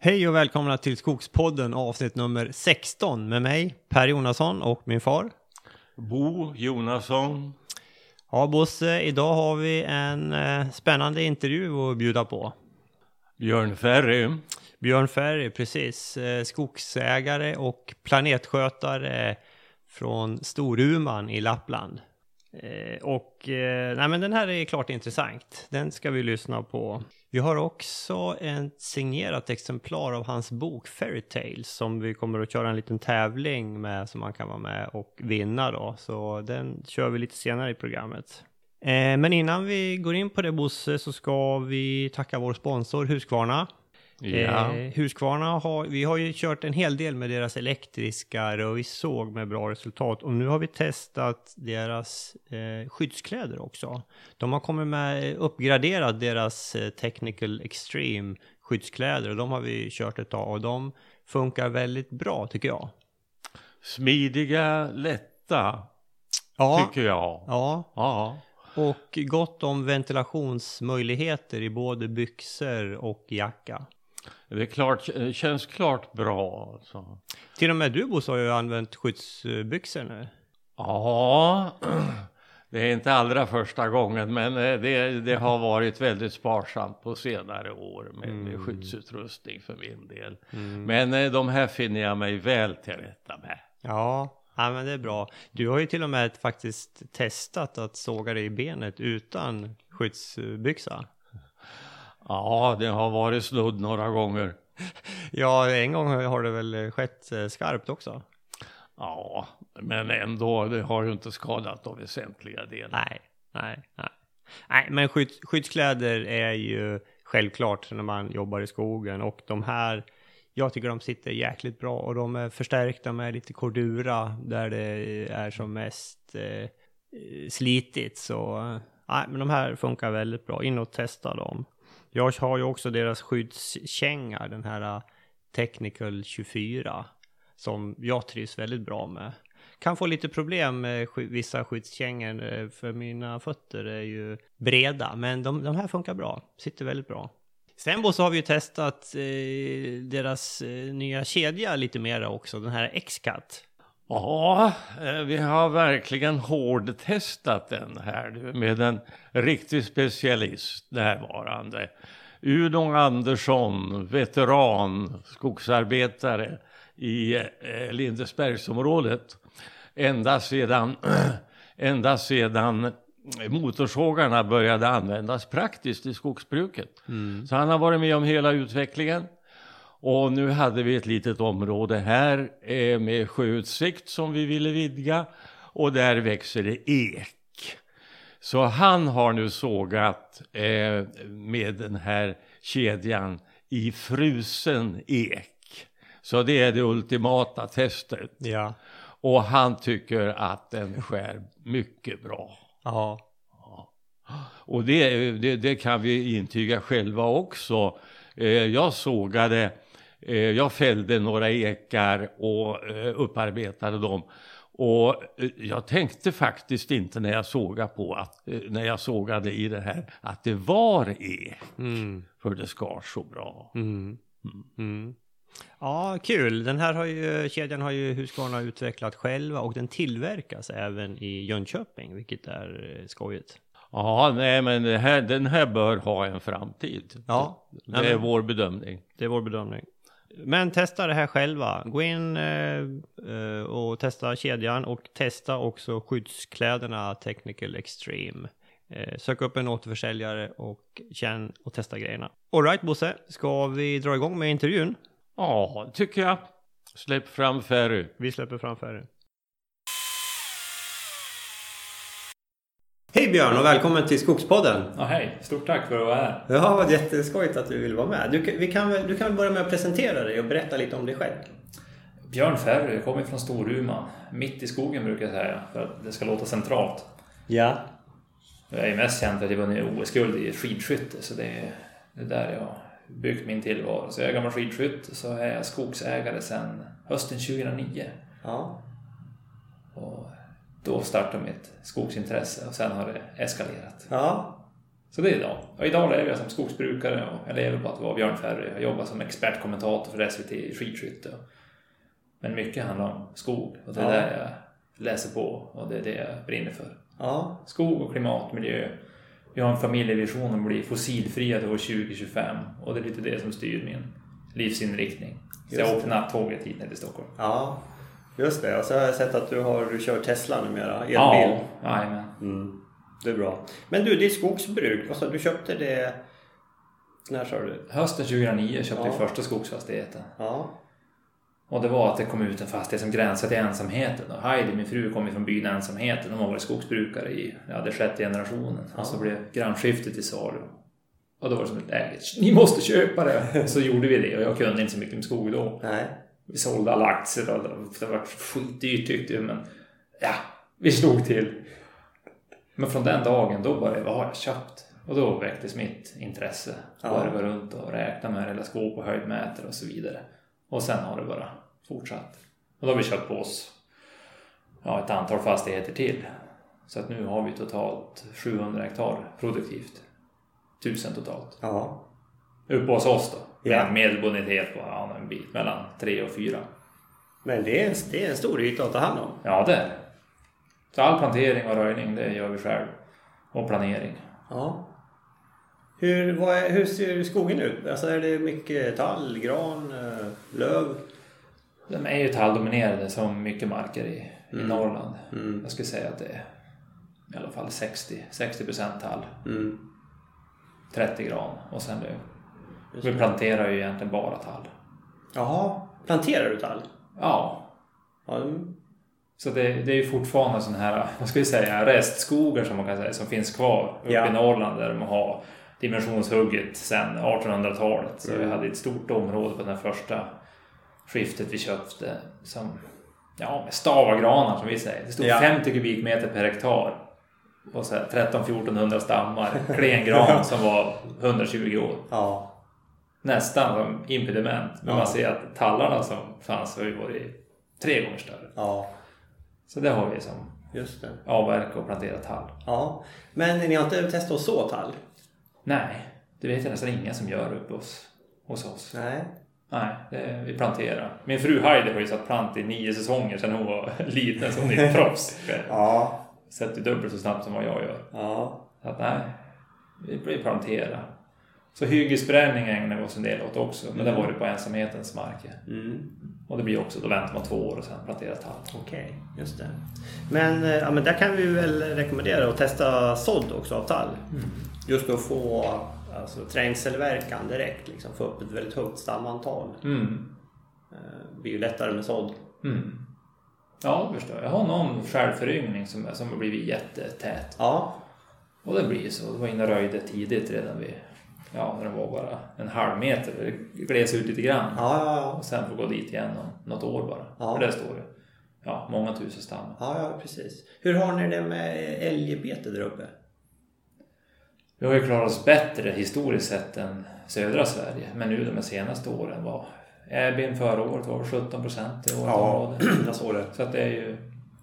Hej och välkomna till Skogspodden avsnitt nummer 16 med mig, Per Jonasson och min far. Bo Jonasson. Ja Bosse, idag har vi en spännande intervju att bjuda på. Björn Ferry. Björn Ferry, precis. Skogsägare och planetskötare från Storuman i Lappland. Nej men den här är klart intressant. Den ska vi lyssna på. Vi har också ett signerat exemplar av hans bok Fairy Tales som vi kommer att köra en liten tävling med som man kan vara med och vinna då. Så den kör vi lite senare i programmet. Men innan vi går in på det Bosse så ska vi tacka vår sponsor Husqvarna. Ja. Husqvarna vi har ju kört en hel del med deras elektriska röjsåg med bra resultat och nu har vi testat deras skyddskläder också. De har kommit med uppgraderat deras Technical Extreme skyddskläder och de har vi kört ett tag och de funkar väldigt bra tycker jag. Smidiga, lätta tycker jag. Ja. Och gott om ventilationsmöjligheter i både byxor och jacka. Det är klart, känns klart bra. Alltså. Till och med du Bosse har ju använt skyddsbyxor nu. Ja, det är inte allra första gången men det har varit väldigt sparsamt på senare år med skyddsutrustning för min del. Men de här finner jag mig väl till rätta med. Ja, men det är bra. Du har ju till och med faktiskt testat att såga dig i benet utan skyddsbyxa. Ja, det har varit snudd några gånger. Ja, en gång har det väl skett skarpt också. Ja, men ändå, det har ju inte skadat de väsentliga delarna. Nej, men skyddskläder är ju självklart när man jobbar i skogen. Och de här, jag tycker de sitter jäkligt bra. Och de är förstärkta med lite cordura där det är som mest slitigt. Så nej, men de här funkar väldigt bra. In och testa dem. Jag har ju också deras skyddskängar, den här Technical 24, som jag trivs väldigt bra med. Kan få lite problem med vissa skyddskängor för mina fötter är ju breda, men de här funkar bra, sitter väldigt bra. Sen så har vi ju testat deras nya kedja lite mer också, den här X-Cut. Ja, vi har verkligen hårdtestat den här med en riktig specialist närvarande. Uno Andersson, veteran, skogsarbetare i Lindesbergsområdet. Ända sedan motorsågarna började användas praktiskt i skogsbruket. Så han har varit med om hela utvecklingen. Och nu hade vi ett litet område här med sjöutsikt som vi ville vidga. Och där växer det ek. Så han har nu sågat med den här kedjan i frusen ek. Så det är det ultimata testet. Ja. Och han tycker att den skär mycket bra. Ja. Och det kan vi intyga själva också. Jag fällde några ekar och upparbetade dem. Och jag tänkte faktiskt inte när jag sågade i det här att det var ek. För det skar så bra. Ja, kul. Den här kedjan har ju Husqvarna utvecklat själva och den tillverkas även i Jönköping, vilket är skojigt. Ja, nej men den här bör ha en framtid. Ja, det är vår bedömning. Det är vår bedömning. Men testa det här själva. Gå in och testa kedjan och testa också skyddskläderna Technical Extreme. Sök upp en återförsäljare och känn och testa grejerna. All right, Bosse, ska vi dra igång med intervjun? Ja, tycker jag. Släpp fram Ferry. Vi släpper fram Ferry. Hej Björn och välkommen till Skogspodden. Ja, hej. Stort tack för att vara här. Ja, vad jätteskojigt att du vill vara med. Du kan väl börja med att presentera dig och berätta lite om dig själv. Björn Ferry kommer från Storuman. Mitt i skogen brukar jag säga, för att det ska låta centralt. Ja. Jag är mest känd för att jag vunnit OS-guld i skidskytte, så det är där jag byggt min tillvaro. Så jag är gammal skidskytt, så är jag skogsägare sedan hösten 2009. Ja. Och då startade mitt skogsintresse och sen har det eskalerat. Ja. Så det är idag. Och idag lever jag som skogsbrukare och jag lever på att vara björnfärre. Jag jobbar som expertkommentator för SVT i skidskytte. Men mycket handlar om skog och det är där jag läser på och det är det jag brinner för. Ja. Skog och klimat, miljö. Vi har en familjevision om att bli fossilfria till år 2025 och det är lite det som styr min livsinriktning. Så jag åkte nattåget hit ner till Stockholm. Ja, just det. Och så har jag sett att du kör Tesla numera, elbil. Ja, jajamän. Det är bra. Men du, det är skogsbruk. Alltså, du köpte det... När sa du? Hösten 2009 köpte jag första skogsfastigheten. Ja. Och det var att det kom ut en fastighet som gränsade till ensamheten. Och Heidi, min fru, kom från byn Ensamheten. De var skogsbrukare i det 6:e generationen. Och så blev grannskiftet till salu. Och då var det som ett läge. Ni måste köpa det! Så gjorde vi det. Och jag kunde inte så mycket om skog då. Nej. Vi sålde alla aktier. Och det var skitdyrt tyckte jag. Men ja, vi slog till. Men från den dagen då började jag, vad har jag köpt? Och då väcktes mitt intresse. Började gå runt och räkna med hela skåp och höjdmätare och så vidare. Och sen har det bara fortsatt. Och då har vi köpt på oss ett antal fastigheter till. Så att nu har vi totalt 700 hektar produktivt. 1000 totalt. Ja. Uppe hos oss då. Med Ja. en medelbonitet på en bit mellan 3 och 4. Men det är en stor yta att ta hand om. Ja, det är det. Så all plantering och röjning, det gör vi själv. Och planering. Ja. Hur ser skogen ut? Alltså är det mycket tall, gran, löv? De är ju talldominerade som mycket marker i Norrland. Jag skulle säga att det är i alla fall 60% tall. 30 gran. Och sen vi planterar ju egentligen bara tall. Jaha, planterar du tall? Ja. Ja. Så det är ju fortfarande sån här, vad ska vi säga, restskogar som man kan säga, som finns kvar uppe i Norrland där de har dimensionshugget sedan 1800-talet. Så vi hade ett stort område på den första skiftet vi köpte som, med stavagranar som vi säger. Det stod 50 kubikmeter per hektar och så 13-1400 stammar, klengran som var 120 år. Ja. Nästan som impediment. Men man ser att tallarna som fanns har ju varit 3 gånger större. Ja. Så det har vi som Just det. avverka och plantera tall. Ja. Men ni har inte testat att så tall? Nej, det vet jag nästan ingen som gör uppe hos oss. Nej, vi planterar. Min fru Heidi har ju satt plant i 9 säsonger sedan hon var liten, så hon är ett proffs. Ja. Sätter dubbelt så snabbt som vad jag gör. Ja. Så att nej, vi blir plantera. Så hyggesbränning ägnar vi oss en del åt också. Men det var det på ensamhetens marker. Mm. Och det blir också, då väntar man 2 år och sen planterar tall. Okej, just det. Men där kan vi väl rekommendera att testa sådd också av tall. Mm. Just att få trängselverkan direkt. Liksom, få upp ett väldigt högt stamantal. Mm. Det blir ju lättare med sådd. Mm. Ja, det förstår jag. Jag har någon självföryngring som har blivit jättetät. Ja. Och det blir ju så. Det var inne och röjde tidigt redan vid... Ja, när den var bara en halv meter. Det gles ut lite grann. Ja. Och sen får gå dit igen om något år bara. Ja. För där står det. Ja, många tusen stammar. Ja, precis. Hur har ni det med älgbete där uppe? Vi har ju klarat oss bättre historiskt sett än södra Sverige. Men nu de senaste åren var... Äbin förra året var 17% i vårt område. Jag såg det. Så att det är ju...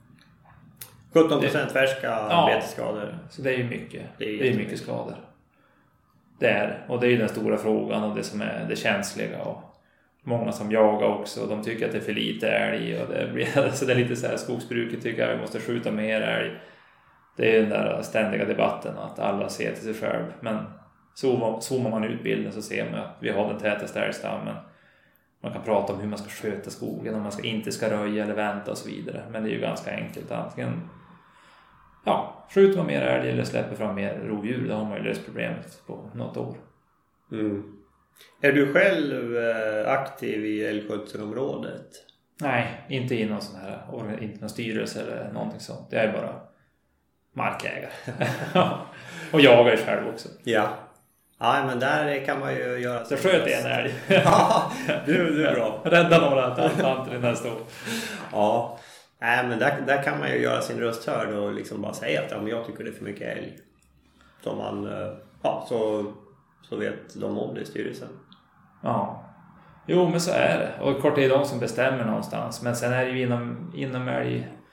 17% färska betesskador. Så det är ju mycket. Det är mycket skador. Det är. Och det är ju den stora frågan och det som är det känsliga. Och många som jagar också. De tycker att det är för lite älg. Och det blir, så det är lite så här, skogsbruket tycker att vi måste skjuta mer älg. Det är den där ständiga debatten att alla ser till sig själv. Men zoomar man ut bilden så ser man att vi har den tätaste älgstammen. Man kan prata om hur man ska sköta skogen, om man inte ska röja eller vänta och så vidare. Men det är ju ganska enkelt. Antingen skjuter man mer älg eller släpper fram mer rovdjur, då har man ju löst problemet på något år. Mm. Är du själv aktiv i älgskötselområdet? Nej, inte i någon sån här, inte någon styrelse eller någonting sånt. Jag är bara markägare. Och jagar själv också. Ja. Ja, men där kan man ju göra... Så sköt en älg. Ja, du är bra. Rädda några tanter i nästa år. Ja, nej, men där kan man ju göra sin röst hörd och liksom bara säga att jag tycker det är för mycket älg. Så man, så vet de om det i styrelsen. Ja. Jo, men så är det. Och kort är det de som bestämmer någonstans. Men sen är det ju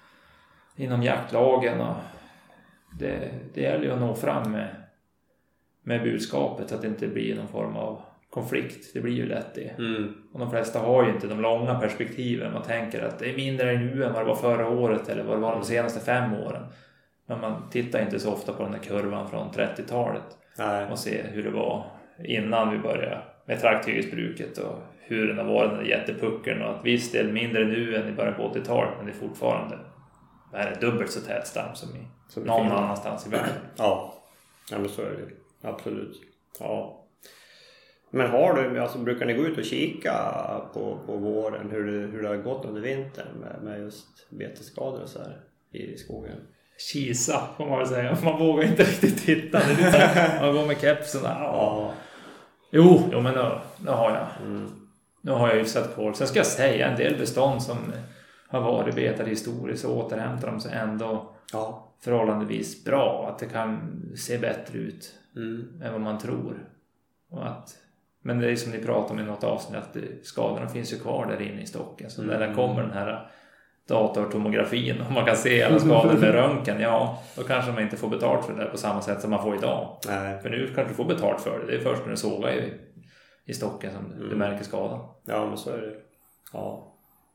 inom jaktlagen och det gäller ju att nå fram med budskapet, så att det inte blir någon form av konflikt. Det blir ju lätt det. Och de flesta har ju inte de långa perspektiven. Man tänker att det är mindre nu än vad det var förra året eller vad det var de senaste 5 åren. Men man tittar inte så ofta på den här kurvan från 30-talet. Nej. Och ser hur det var innan vi började med trakthyggesbruket och hur den har varit, den där jättepuckeln, och att visst det är mindre nu än i början på 80-talet, men det är fortfarande det här är dubbelt så tät stam som någon annanstans i världen. Ja, men så är det absolut. Ja. Men har du, alltså brukar ni gå ut och kika på våren hur det har gått under vintern med just betesskador och så här i skogen? Kisa får man väl säga. Man vågar inte riktigt titta. Det är lite så här, man går med kepsen. Ja. Jo, men nu har jag. Nu har jag ju satt koll. Sen ska jag säga en del bestånd som har varit betade historiskt, så återhämtar de sig ändå förhållandevis bra. Att det kan se bättre ut än vad man tror. Men det är som ni pratade om i något avsnitt, att skadorna finns ju kvar där inne i stocken. Så när det kommer den här datortomografin och man kan se alla skador med röntgen, då kanske man inte får betalt för det på samma sätt som man får idag. Nej. För nu kanske du får betalt för det. Det är först när du sågar i stocken som du märker skadan. Ja, men så är det. Ja.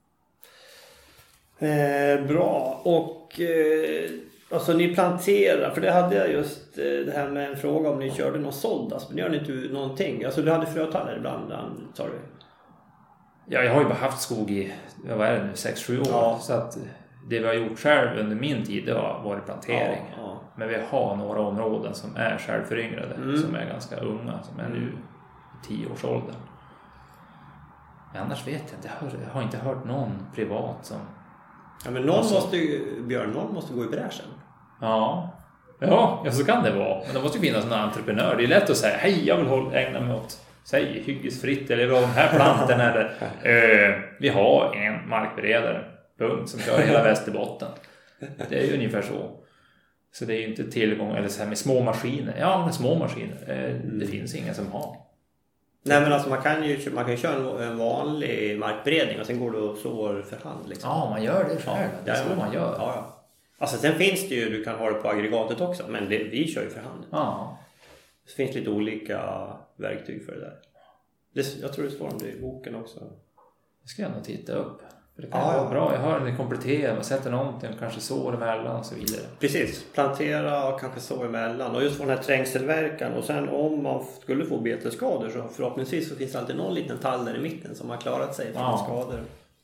Bra. Och alltså ni planterar, för det hade jag just det här med en fråga om ni körde någon såddas, men gör ni inte någonting? Alltså du hade frötallar ibland, sa du? Ja, jag har ju bara haft skog i, vad är det nu, 6-7 år. Ja. Så att det vi har gjort själv under min tid, det har varit plantering. Ja. Men vi har några områden som är självföryngrade, som är ganska unga, som är nu 10-årsåldern. Men annars vet jag inte, jag har inte hört någon privat som... Ja, men någon måste gå i bräschen. Ja, så kan det vara. Men det måste ju finnas någon entreprenör. Det är lätt att säga, hej, jag vill ägna mig åt, säg, hyggesfritt eller vad de här plantorna eller vi har en markberedare, punkt, som kör hela Västerbotten. Det är ju ungefär så. Så det är ju inte tillgång, eller så här med små maskiner. Ja, med små maskiner. Det finns ingen som har. Nej, men alltså man kan ju köra en vanlig markberedning och sen går det och sår för hand liksom. Ja, man gör det själv. Det är så man gör. Ja. Alltså sen finns det ju, du kan ha det på aggregatet också, men vi kör ju för hand. Ja. Det finns lite olika verktyg för det där. Jag tror det står om det i boken också. Det ska jag nog titta upp. För det kan vara bra. Jag hör när det kompletterar, man sätter någonting, kanske sår emellan och så vidare. Precis, plantera och kanske så emellan. Och just för den här trängselverkan. Och sen om man skulle få betesskador så förhoppningsvis så finns det alltid någon liten tall där i mitten som har klarat sig från skador.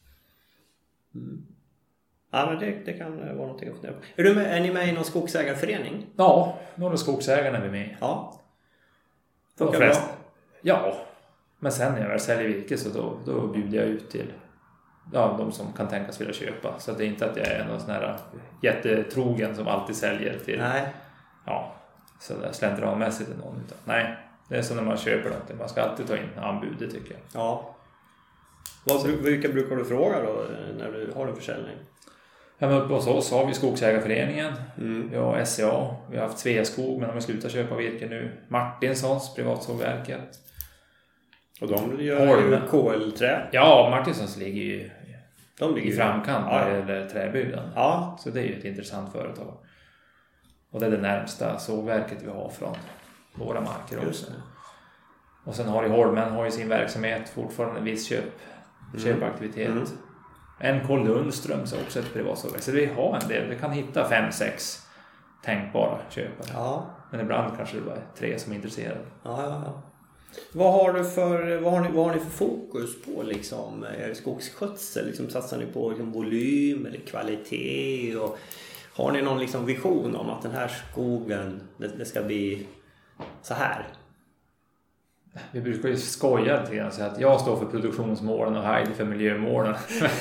Ja, men det kan vara någonting att fundera på. Är ni med i någon skogsägarförening? Ja, några skogsägarna är vi med. Ja. Funkar bra? Ja, men sen när jag väl säljer virke så då bjuder jag ut till de som kan tänkas vilja köpa. Så det är inte att jag är någon sån här jättetrogen som alltid säljer till. Nej. Ja, så där slentrianmässigt till någon. Utan, nej, det är som när man köper någonting. Man ska alltid ta in anbud, det tycker jag. Ja. Vilka brukar du fråga då när du har en försäljning? Ja, men hos oss har vi skogsägarföreningen. Vi har SCA. Vi har haft Sveaskog, men de har slutat köpa virke nu. Martinssons, privatsågverket. Och de gör ju KL-trä. Ja, Martinssons ligger ju i framkant eller träbygden. Ja. Så det är ju ett intressant företag. Och det är det närmsta sågverket vi har från våra marker också. Och sen har Holmen har ju sin verksamhet fortfarande en viss köpaktivitet. NK Lundström så också ett privatsågverk. Så vi har en del. Vi kan hitta 5-6 tänkbara köpare. Ja. Men ibland kanske det bara är 3 som är intresserade. Ja. Vad har ni för fokus på liksom skogsskötsel? Liksom, satsar ni på liksom, volym eller kvalitet? Och har ni någon liksom, vision om att den här skogen det ska bli så här? Vi brukar ju skoja lite grann, så att jag står för produktionsmålen och Heidi för miljömålen.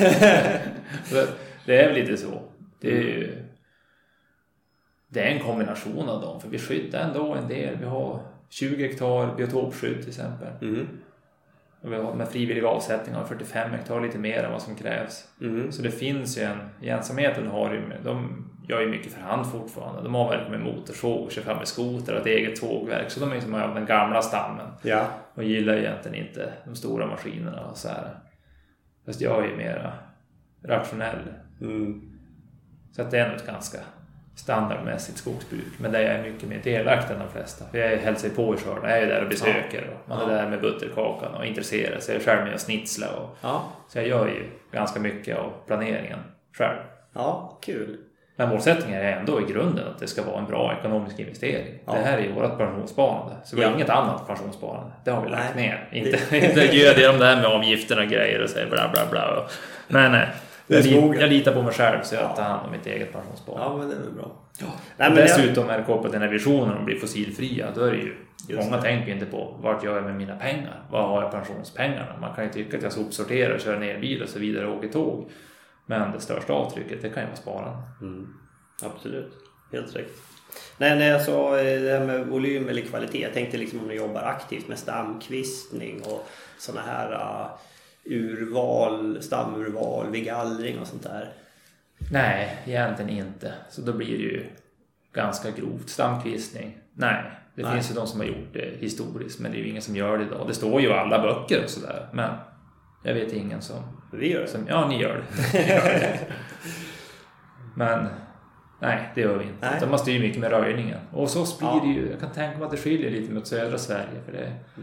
Det är väl lite så. Det är en kombination av dem. För vi skyddar ändå en del. Vi har 20 hektar biotopskydd till exempel. Och vi har med frivillig avsättning av 45 hektar, lite mer än vad som krävs. Så det finns ju i ensamheten de gör ju mycket för hand fortfarande. De avverkar med motorsåg, kör fram med skoter och ett eget sågverk. Så de är ju som av den gamla stammen. Ja. Och gillar ju egentligen inte de stora maskinerna och så här. Fast jag är ju mer rationell. Så att det är något ganska standardmässigt skogsbruk. Men där jag är mycket mer delaktig än de flesta. För jag hälsar på i skörden. Jag är där och besöker. Och man är där med butterkakan och intresserar sig. Jag är själv med och snitsla. Så jag gör ju ganska mycket av planeringen själv. Ja, kul. Men målsättningen är ändå i grunden att det ska vara en bra ekonomisk investering. Det här är ju vårt pensionssparande. Så det är inget annat pensionssparande. Det har vi lagt ner. Inte gör det om det här med avgifterna och grejer och säger bla bla bla. Men jag litar på mig själv så jag tar hand om mitt eget pensionssparande. Ja, men det är väl bra. Nej, men dessutom är det kopplat till den här visionen att bli fossilfria. Då är det ju, många tänker inte på vart jag är med mina pengar. Vad har jag pensionspengarna? Man kan ju tycka att jag sopsorterar och kör ner bil och så vidare och åker tåg. Men det största avtrycket, det kan ju vara sparande. Absolut, helt rätt. När jag sa det här med volym eller kvalitet, jag tänkte liksom om du jobbar aktivt med stamkvistning och sådana här stamurval vid gallring och sånt där. Nej, egentligen inte. Så då blir det ju ganska grovt. Stamkvistning, nej. Det finns ju de som har gjort det historiskt, men det är ju ingen som gör det idag. Det står ju i alla böcker och sådär, men jag vet ingen som... Vi gör det. Ja, ni gör det. Men nej, det gör vi inte. Utan man styr mycket med röjningen. Och så blir det ju, jag kan tänka mig att det skiljer lite mot södra Sverige. För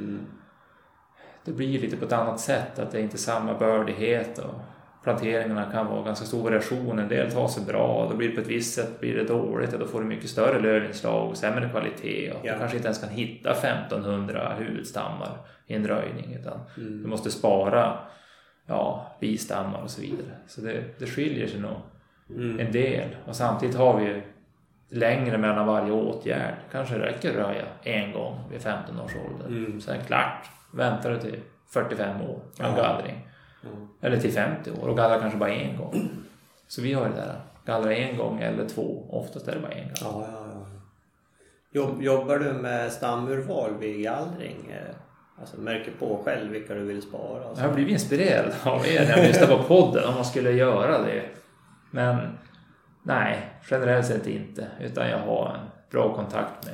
det blir lite på ett annat sätt. Att det är inte samma bördighet. Och planteringarna kan vara ganska stor variation. En del tar sig bra. Då blir det på ett visst sätt blir det dåligt. Och då får du mycket större lövinslag och sämre kvalitet. Och du kanske inte ens kan hitta 1500 huvudstammar i en röjning. Utan du måste spara bistammar och så vidare. Så det skiljer sig nog en del. Och samtidigt har vi ju längre mellan varje åtgärd. Kanske räcker röja en gång vid 15 års ålder. Sen klart väntar du till 45 år med en gallring. Eller till 50 år och gallrar kanske bara en gång. Så vi har det där. Gallra en gång eller två. Oftast är det bara en gång. Jobbar du med stamurval vid gallring? Alltså märker på själv vilka du vill spara. Jag har blivit inspirerad av er när jag lyssnade på podden om man skulle göra det. Men nej, generellt sett inte. Utan jag har en bra kontakt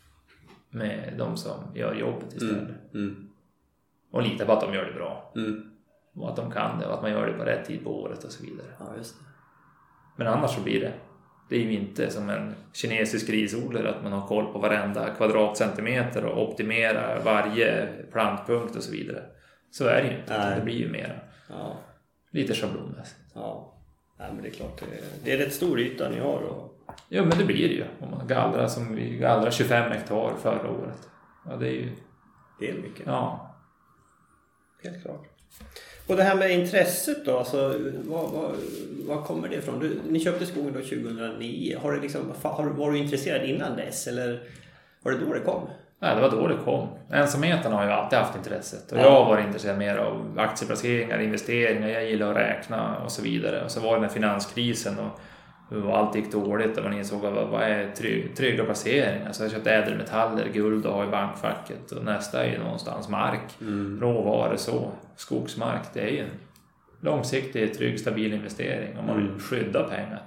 med de som gör jobbet istället. Och lita på att de gör det bra. Och att de kan det och att man gör det på rätt tid på året och så vidare. Ja, just det. Men annars så blir det. Det är ju inte som en kinesisk risodlare att man har koll på varenda kvadratcentimeter och optimerar varje plantpunkt och så vidare. Så är det ju inte. Det blir ju mer lite schablonmässigt. Ja, men det är klart. Det är rätt stor yta ni har. Ja, men det blir det ju. Om man gallrar som vi gallrar 25 hektar förra året. Ja, det är ju... Det är mycket. Ja. Helt klart. Och det här med intresset då, alltså, vad kommer det ifrån? Ni köpte skogen då 2009. Var du intresserad innan dess eller var det då det kom? Nej, det var då det kom. Ensamheten har ju alltid haft intresset. Och jag har varit intresserad mer av aktieplaceringar, investeringar. Jag gillar att räkna och så vidare. Och så var det med finanskrisen och allt gick dåligt. Och man insåg vad är trygga placeringar. Så jag köpte ädelmetaller, guld och har i bankfacket. Och nästa är ju någonstans mark, råvaror så. Skogsmark, det är ju en långsiktig, trygg, stabil investering om man vill skydda pengar.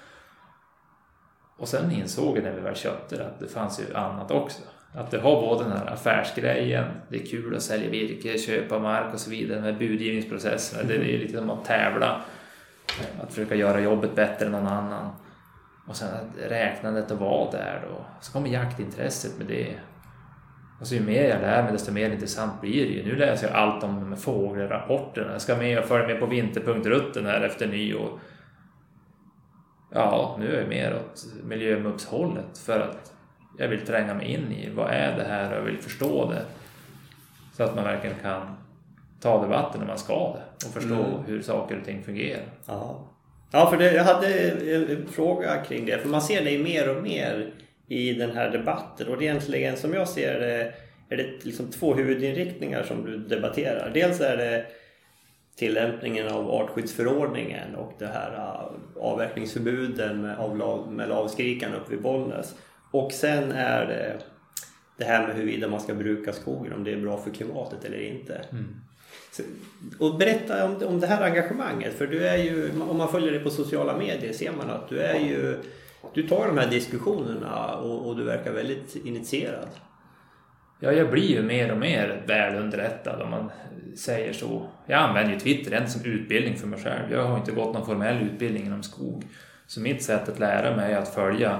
Och sen insåg jag när vi väl köpte det att det fanns ju annat också. Att det har både den här affärsgrejen, det är kul att sälja virke, köpa mark och så vidare med budgivningsprocesserna. Det är lite som att tävla, att försöka göra jobbet bättre än någon annan. Och sen räknandet och vad det är då. Så kommer jaktintresset med det. Och så ju mer jag lär mig desto mer intressant blir det ju. Nu läser jag allt om de fågelrapporterna. Jag ska med och följa med på vinterpunktrutten här efter nyår. Ja, nu är jag mer åt miljömubbshållet för att jag vill tränga mig in i vad är det här och jag vill förstå det. Så att man verkligen kan ta debatten när man ska det och förstå hur saker och ting fungerar. Ja, för jag hade en fråga kring det. För man ser det mer och mer i den här debatten. Och egentligen som jag ser det är det liksom två huvudinriktningar som du debatterar. Dels är det tillämpningen av artskyddsförordningen och det här avverkningsförbuden med lavskrikarna uppe vid Bollnäs. Och sen är det här med huruvida man ska bruka skogen, om det är bra för klimatet eller inte. Så, och berätta om det här engagemanget, för du är ju, om man följer det på sociala medier ser man att du tar de här diskussionerna och du verkar väldigt initierad. Ja, jag blir ju mer och mer väl underrättad om man säger så. Jag använder ju Twitter inte som utbildning för mig själv. Jag har inte gått någon formell utbildning inom skog. Så mitt sätt att lära mig är att följa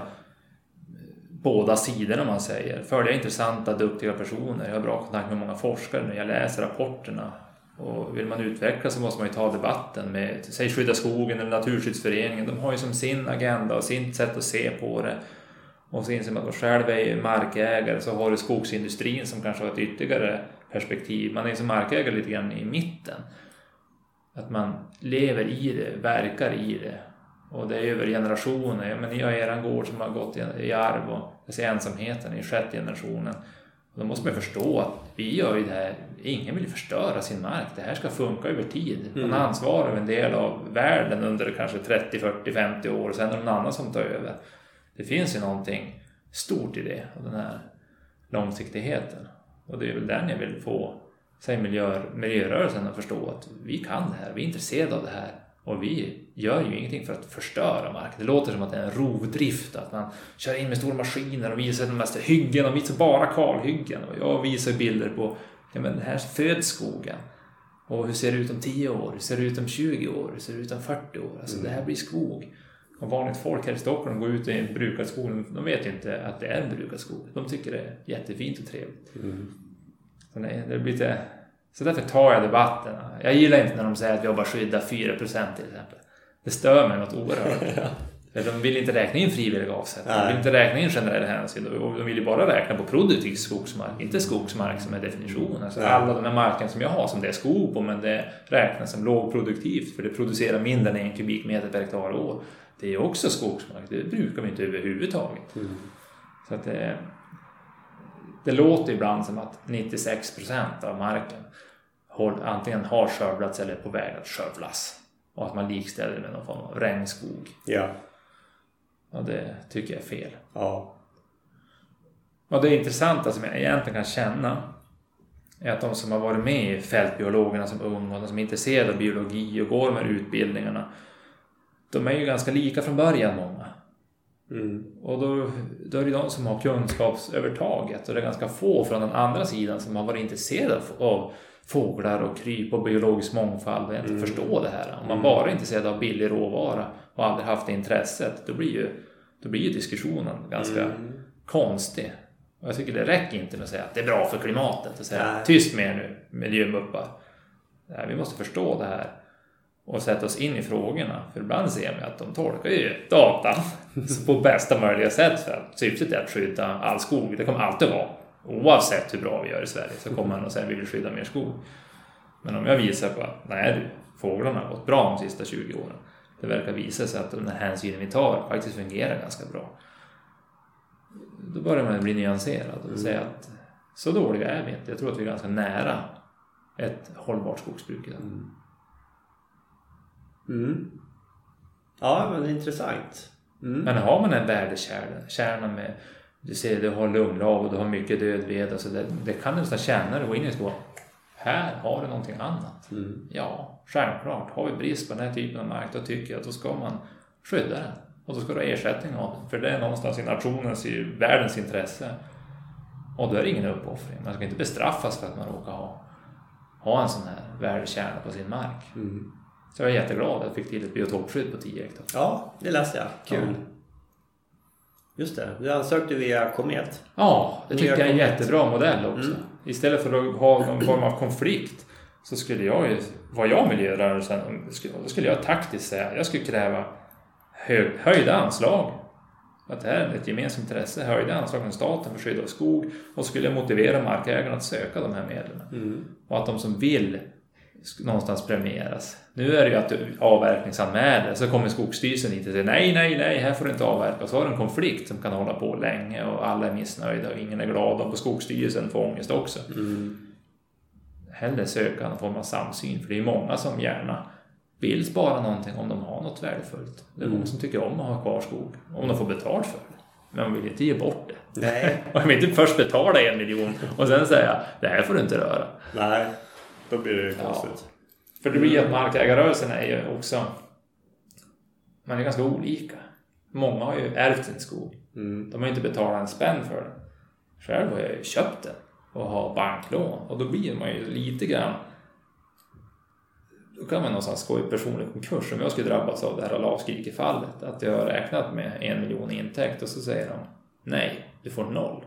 båda sidorna, man säger. Följa intressanta, duktiga personer. Jag har bra kontakt med många forskare när jag läser rapporterna. Och vill man utveckla så måste man ju ta debatten med, säg Skydda skogen eller Naturskyddsföreningen. De har ju som sin agenda och sin sätt att se på det. Och så inser man att de själv är markägare, så har du skogsindustrin som kanske har ett ytterligare perspektiv. Man är som markägare lite grann i mitten. Att man lever i det, verkar i det. Och det är över generationer. Men ni har er gård som har gått i arv och jag ser ensamheten i 6:e generationen. Och då måste man förstå att vi gör ju det här. Ingen vill förstöra sin mark. Det här ska funka över tid. Man ansvarar över en del av världen under kanske 30, 40, 50 år. Och sen är det någon annan som tar över. Det finns ju någonting stort i det. Och den här långsiktigheten. Och det är väl den jag vill få, säg miljörörelsen att förstå att vi kan det här. Vi är intresserade av det här. Och vi gör ju ingenting för att förstöra marken. Det låter som att det är en rovdrift. Att man kör in med stora maskiner och visar de mesta hyggen. Och visar bara kalhyggen. Och jag visar bilder på, ja men här föds skogen. Och hur ser det ut om 10 år? Hur ser det ut om 20 år? Hur ser det ut om 40 år? Alltså det här blir skog. Och vanligt folk här i Stockholm går ut i en brukarskog. De vet ju inte att det är en brukarskog. De tycker det är jättefint och trevligt. Så det blir lite... Så därför tar jag debatterna. Jag gillar inte när de säger att vi bara skyddar 4% till exempel. Det stör mig något oerhört. För de vill inte räkna in frivilliga avsättningar. De vill inte räkna in generella hänsyn. Och de vill ju bara räkna på produktiv skogsmark. Inte skogsmark som är definitionen. Alltså alla de här marken som jag har som det är skog på. Men det räknas som lågproduktivt. För det producerar mindre än 1 kubikmeter per hektar år. Det är också skogsmark. Det brukar vi inte överhuvudtaget. Så att det låter ibland som att 96% av marken antingen har skövlats eller är på väg att skövlas. Och att man likställer med någon form av regnskog. Ja. Och det tycker jag är fel. Ja. Och det intressanta som jag egentligen kan känna är att de som har varit med i fältbiologerna som unga och de som är intresserade av biologi och går med utbildningarna, de är ju ganska lika från början många. Och då är det de som har kunskapsövertaget och det är ganska få från den andra sidan som har varit intresserade av fåglar och kryp och biologisk mångfald och inte förstå det här. Om man bara är intresserad av billig råvara och aldrig haft det intresset, då blir ju diskussionen ganska konstig. Och jag tycker det räcker inte med att säga att det är bra för klimatet och säga tyst med er nu, miljömuppar. Nej, vi måste förstå det här och sätta oss in i frågorna. För ibland ser man att de tolkar ju datan på bästa möjliga sätt, för att syftet är att skydda all skog. Det kommer alltid vara. Oavsett hur bra vi gör i Sverige så kommer man och säga att vi vill skydda mer skog. Men om jag visar på att fåglarna har gått bra de sista 20 åren. Det verkar visa sig att den här hänsynen vi tar faktiskt fungerar ganska bra. Då börjar man bli nyanserad och säga att så dåliga är vi inte. Jag tror att vi är ganska nära ett hållbart skogsbruk idag. Ja, men det är intressant. Men har man en värdekärna med, du ser du har lunglav och du har mycket död ved, alltså det kan du nästan känna och gå in i skål. Här har du någonting annat. Ja, självklart. Har vi brist på den här typen av mark, då tycker jag att då ska man skydda den. Och då ska du ha ersättning av den. För det är någonstans i nationens, i världens intresse. Och då är det ingen uppoffring. Man ska inte bestraffas för att man råkar ha en sån här värdekärna på sin mark. Så jag är jätteglad att jag fick till ett biotopskydd på 10 hektar. Ja, det läste jag. Kul. Ja. Just det, du ansökte via Komet. Ja, det tycker jag är en jättebra modell också. Istället för att ha någon form av konflikt så skulle jag ju, vad jag miljörörelsen, då skulle jag taktiskt säga, jag skulle kräva höjda anslag. Att det här är ett gemensamt intresse, höjda anslag från staten för skydd av skog, och skulle jag motivera markägarna att söka de här medlen. Och att de som vill någonstans premieras. Nu är det ju att du avverkningsanmäler, så kommer Skogsstyrelsen inte säga nej, här får du inte avverka. Så har du en konflikt som kan hålla på länge och alla är missnöjda och ingen är glad, och på Skogsstyrelsen får ångest också. Hellre söka en form av samsyn, för det är många som gärna vill spara någonting om de har något värdefullt. Det är många som tycker om att ha kvar skog om de får betalt för det. Men man vill inte ge bort det. Nej. Man vill inte först betala 1 miljon och sen säga, det här får du inte röra. Nej, då blir det konstigt. För det blir att markägarrörelsen är ju också, man är ganska olika. Många har ju ärvt sin skog. De har inte betalat en spänn för den. Själv har jag ju köpt den och har banklån. Och då blir man ju lite grann Då kan man någonstans gå i personlig konkurs om jag skulle drabbas av det här lavskrikefallet. Att jag har räknat med 1 miljon i intäkt och så säger de nej, du får 0.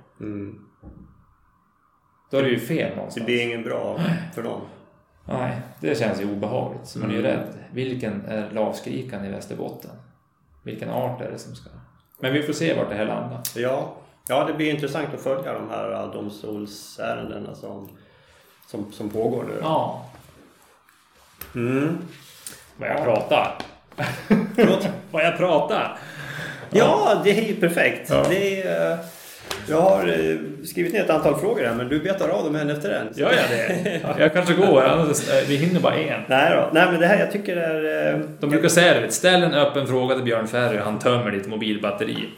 Då är det ju fel någonstans. Det blir ingen bra för dem. Nej, det känns ju obehagligt. Så man är ju rädd. Vilken är lavskrikan i Västerbotten? Vilken art är det som ska... Men vi får se vart det här landar. Ja, det blir intressant att följa de här domstolsärendena som pågår nu. Ja. Vad jag pratar. Vad jag pratar. Ja, det är ju perfekt. Ja. Jag har skrivit ner ett antal frågor här, men du betar av dem en efter en. Gör jag det? Jag kanske går. Vi hinner bara en. Nej, men det här jag tycker är... De brukar säga det. Ställ en öppen fråga till Björn Ferry och han tömmer ditt mobilbatteri.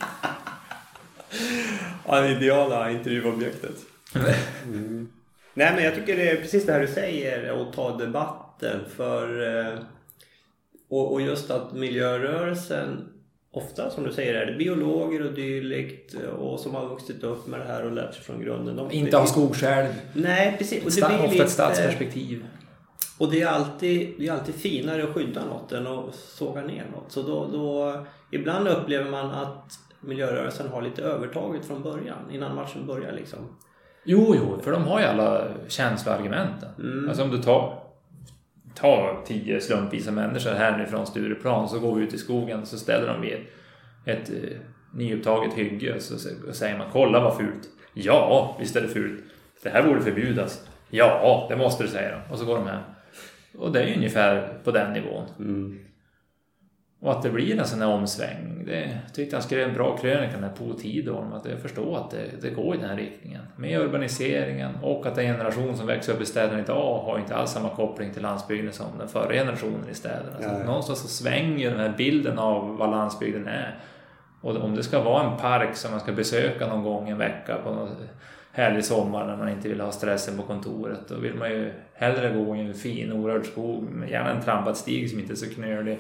Ja, det ideala intervjuobjektet. Nej, men jag tycker det är precis det här du säger, att ta debatten för... Och just att miljörörelsen ofta, som du säger, är det biologer och dylikt och som har vuxit upp med det här och lärt sig från grunden. Inte ha skog själv. Nej, precis. Och det blir ofta lite, ett stadsperspektiv. Och det är alltid finare att skydda något än att såga ner något. Så då ibland upplever man att miljörörelsen har lite övertaget från början, innan matchen börjar liksom. Jo, för de har ju alla känsloargumenten. Alltså om du tar 10 slumpvisa människor här nu från Stureplan, så går vi ut i skogen, så ställer de vid ett nyupptaget hygge och så säger man, kolla vad fult. Ja, visst är det fult. Det här borde förbjudas. Ja, det måste du säga. Och så går de här. Och det är ju ungefär på den nivån. Och att det blir en sån här omsvängning, det tyckte han skrev en bra krönika när på tid om att jag förstår att det går i den här riktningen. Med urbaniseringen och att den generation som växer upp i städerna idag har inte alls samma koppling till landsbygden som den förra generationen i städerna. Så någonstans så svänger den här bilden av vad landsbygden är. Och om det ska vara en park som man ska besöka någon gång en vecka på någon härlig sommar när man inte vill ha stressen på kontoret, då vill man ju hellre gå i en fin orörd skog med gärna en trampad stig som inte är så knölig.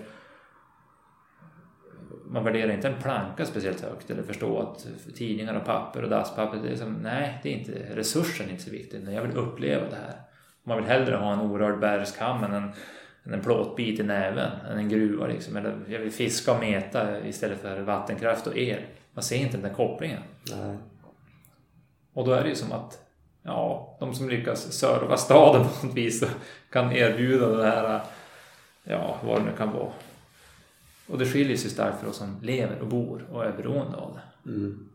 Man värderar inte en planka speciellt högt eller förstå att tidningar och papper och dasspapper, det är som, nej, det är inte resursen inte så viktigt, men jag vill uppleva det här. Man vill hellre ha en orörd bergskam än en plåtbit i näven än en gruva liksom. Eller jag vill fiska och meta istället för vattenkraft och el. Man ser inte den där kopplingen. Nej. Och då är det ju som att de som lyckas serva staden på något vis kan erbjuda det här, vad det nu kan vara. Och det skiljer sig starkt för oss som lever och bor och är beroende av det.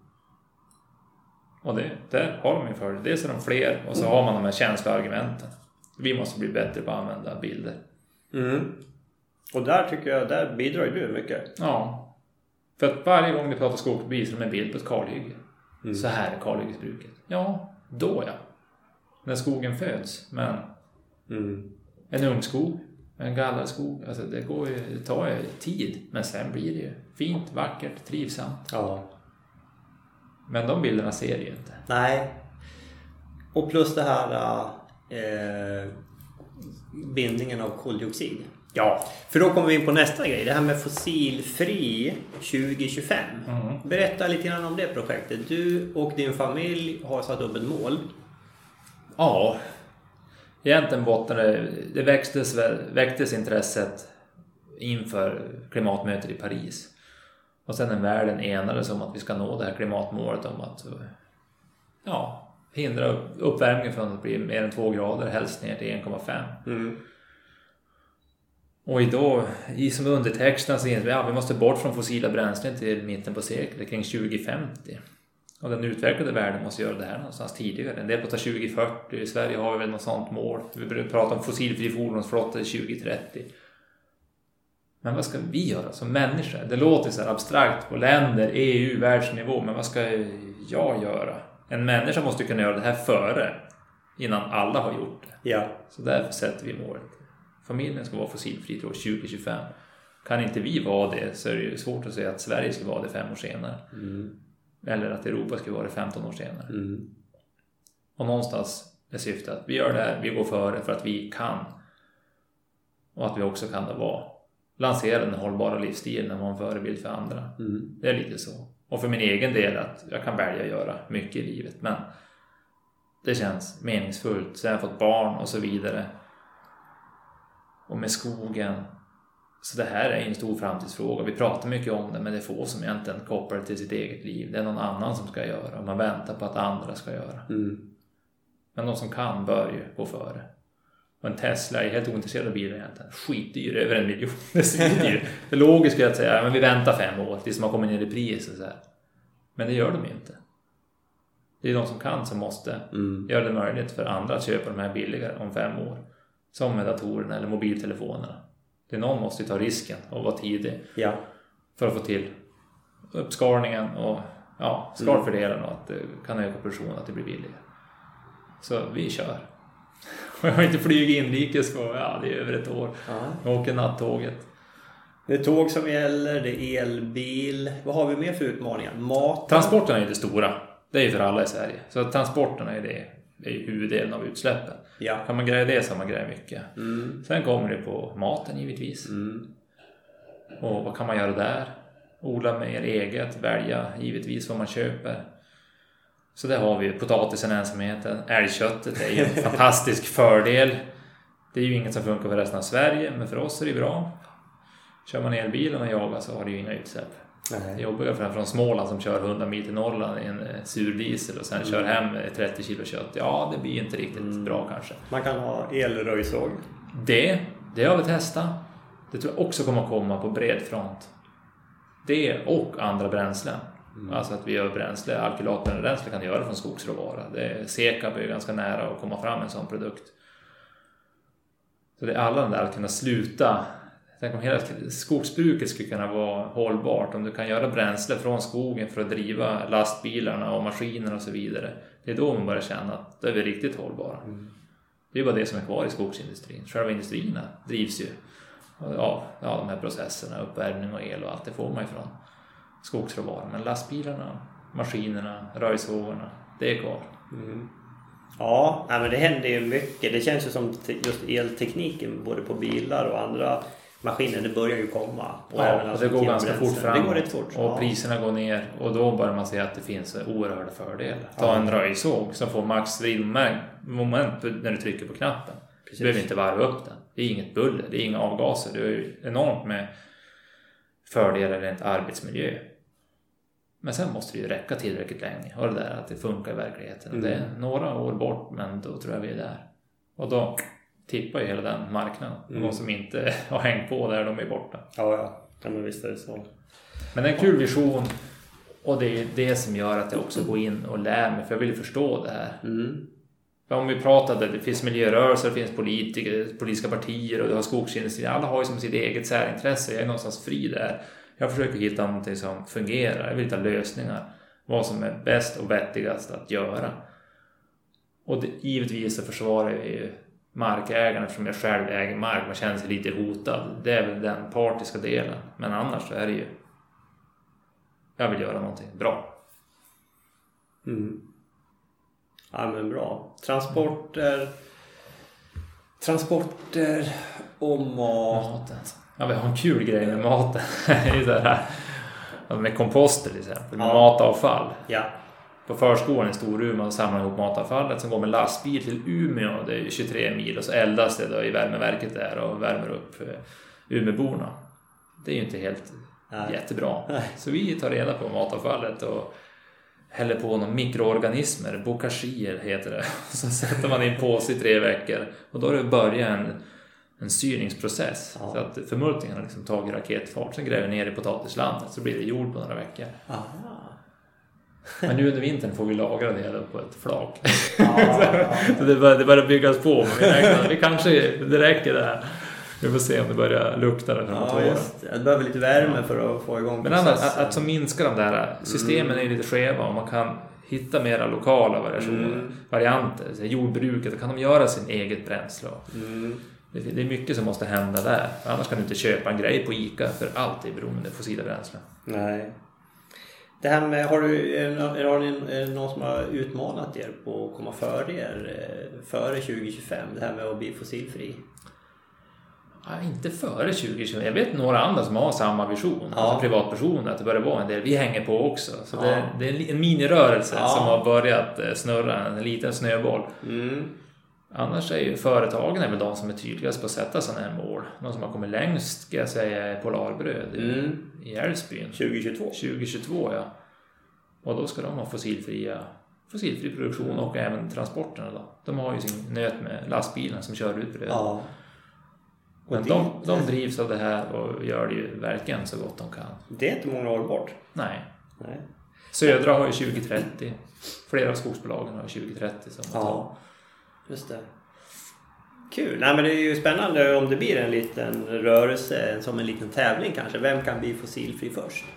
Och där har de ju för det. Dels är de fler och så har man de här känsloargumenten. Vi måste bli bättre på att använda bilder. Och där tycker jag, där bidrar ju du mycket. Ja. För att varje gång vi pratar skog visar de en bild på ett kalhygge. Så här är kalhyggesbruket. Ja, då ja. När skogen föds. Men en ungskog, en gallarskog, alltså det tar ju tid. Men sen blir det ju fint, vackert, trivsamt. Ja. Men de bilderna ser ju inte. Nej. Och plus det här bindningen av koldioxid. Ja. För då kommer vi in på nästa grej. Det här med fossilfri 2025. Berätta lite grann om det projektet. Du och din familj har satt upp ett mål. Ja. Egentligen bottnade det väcktes intresset inför klimatmötet i Paris. Och sen när världen enades om att vi ska nå det här klimatmålet om att hindra uppvärmningen från att bli mer än 2 grader, helst ner till 1,5. Och idag, som undertexten så inser vi måste bort från fossila bränslen till mitten på seklet, kring 2050. Och den utvecklade världen måste göra det här någonstans tidigare. En del pratar 2040, i Sverige har vi väl något sånt mål. Vi börjar prata om fossilfri fordonsflotta till 2030. Men vad ska vi göra som människor? Det låter så här abstrakt på länder, EU, världsnivå. Men vad ska jag göra? En människa måste kunna göra det här före, innan alla har gjort det. Ja. Så därför sätter vi målet. Familjen ska vara fossilfri till år 2025. Kan inte vi vara det, så är det ju svårt att säga att Sverige ska vara det 5 år senare. Eller att Europa ska vara det 15 år senare. Och någonstans är syftet att vi gör det här, vi går före för att vi kan. Och att vi också kan lansera den hållbara livsstilen när man är en förebild för andra. Det är lite så. Och för min egen del att jag kan välja att göra mycket i livet. Men det känns meningsfullt. Sen har jag fått barn och så vidare. och med skogen. Så det här är en stor framtidsfråga. Vi pratar mycket om det, men det är få som egentligen kopplar det till sitt eget liv. Det är någon annan som ska göra, och man väntar på att andra ska göra. Men de som kan bör ju gå före. Och en Tesla är helt ointresserad av bilar egentligen. Skitdyr, över 1 miljon. Det är svindyr. Det logiska är att säga, men vi väntar 5 år tills man kommer ner i pris och så här. Men det gör de ju inte. Det är de som kan som måste göra det möjligt för andra att köpa de här billigare om 5 år. Som med datorerna eller mobiltelefonerna. Det är någon måste ju ta risken och vara tidig. Ja. För att få till uppskalningen och skalfördelen och att det kan öka produktionen, att det blir billigare. Så vi kör. Och jag har inte flugit inrikes på, det är över 1 år. Jag åker nattåget. Det är tåg som gäller, det är elbil. Vad har vi mer för utmaningar? Mat? Transporterna är det stora. Det är ju för alla i Sverige. Så transporterna är det är ju huvuddelen av utsläppen. Ja. Kan man greja det så har man grejer mycket. Sen kommer det på maten givetvis. Och vad kan man göra där? Odla mer eget, välja givetvis vad man köper. Så där har vi potatisen, ensamheten. Älgköttet är ju en fantastisk fördel. Det är ju inget som funkar för resten av Sverige, men för oss är det bra. Kör man elbilen och jagar så har det ju inga utsläpp. Det jobbar jag från Småland som kör 100 mil till Norrland i en surdiesel och sen kör hem 30 kilo kött. Ja, det blir inte riktigt bra kanske. Man kan ha elröjsåg. Det har vi testat. Det tror jag också kommer att komma på bred front. Det och andra bränslen. Alltså att vi gör bränsle, alkylatbränsle kan göra från skogsråvara. Sekab är ganska nära att komma fram en sån produkt. Så det är alla den där att kunna sluta. Tänk om hela skogsbruket skulle kunna vara hållbart. Om du kan göra bränsle från skogen för att driva lastbilarna och maskinerna och så vidare. Det är då man börjar känna att det är riktigt hållbara. Det är bara det som är kvar i skogsindustrin. Själva industrierna drivs ju av de här processerna, uppvärmning och el och allt det får man ifrån skogsråvara. Men lastbilarna, maskinerna, röjsågarna, det är kvar. Ja, men det händer ju mycket. Det känns ju som just eltekniken både på bilar och andra maskiner, det börjar ju komma. Och även och det går ganska fort fram. Det går rätt fort. Och priserna går ner och då börjar man se att det finns oerhörda fördelar. Ta en röjsåg som får max vridmoment när du trycker på knappen. Du behöver inte varva upp den. Det är inget buller, det är inga avgaser. Det är ju enormt med fördelar rent arbetsmiljö. Men sen måste det ju räcka tillräckligt länge. Och det där att det funkar i verkligheten. Och det är några år bort, men då tror jag vi är där. Och då tippar ju hela den marknaden. De som inte har hängt på där, de är borta. Ja, men visst är det så. Men det är en kul vision. Och det är det som gör att jag också går in och lär mig. För jag vill förstå det här. För om vi pratade, det finns miljörörelser, det finns politiska partier och det har skogsindustrin. Alla har ju som sitt eget särintresse. Jag är någonstans fri där. Jag försöker hitta någonting som fungerar. Jag vill hitta lösningar. Vad som är bäst och vettigast att göra. Och givetvis så försvarar jag ju markägarna eftersom jag själv äger mark. Man känner sig lite hotad. Det är väl den partiska delen. Men annars så är det ju... Jag vill göra någonting bra. Ja, men bra. Transporter och maten. Ja, vi har en kul grej med maten. Det här med komposter till exempel. Med matavfall. Ja. På förskolan i Storuman samlar ihop matavfallet som går med lastbil till Umeå. Det är 23 mil och så eldas det då i värmeverket där och värmer upp Umeåborna. Det är ju inte helt jättebra. Så vi tar reda på matavfallet och häller på några mikroorganismer. Bokashi heter det. Så sätter man in på sig i 3 veckor. Och då har det börjat en styrningsprocess. Så att förmultningen har liksom tagit raketfart. Sen gräver ner i potatislandet så blir det jord på några veckor. Men nu under vintern får vi lagra det på ett flak. Så det börjar byggas på. Men vi kanske, det räcker där. Vi får se om det börjar lukta där framåt åren. Det behöver lite värme för att få igång processen. Men att som minskar de där systemen är lite skeva och man kan hitta mera lokala varianter. Så jordbruket, då kan de göra sin eget bränsle. Det är mycket som måste hända där. Annars kan du inte köpa en grej på ICA för allt är beroende av fossila bränslen. Nej. Det här med, är det någon som har utmanat er på att komma före er före 2025? Det här med att bli fossilfri? Ja, inte före 2025. Jag vet några andra som har samma vision. Alltså privatpersoner, att det börjar vara en del. Vi hänger på också. Så det är en minirörelse som har börjat snurra. En liten snöboll. Annars är ju företagen är väl de som är tydligast på att sätta sådana här mål. De som har kommit längst ska jag säga är Polarbröd i Älvsbyn. 2022, ja. Och då ska de ha fossilfri produktion och även transporterna då. De har ju sin nöt med lastbilarna som kör ut bröd. Ja. Men de drivs av det här och gör det ju verkligen så gott de kan. Det är inte många år bort. Nej. Södra har ju 2030. Flera av skogsbolagen har 2030 som ja. Just det. Kul. Nej, men det är ju spännande om det blir en liten rörelse som en liten tävling kanske. Vem kan bli fossilfri först?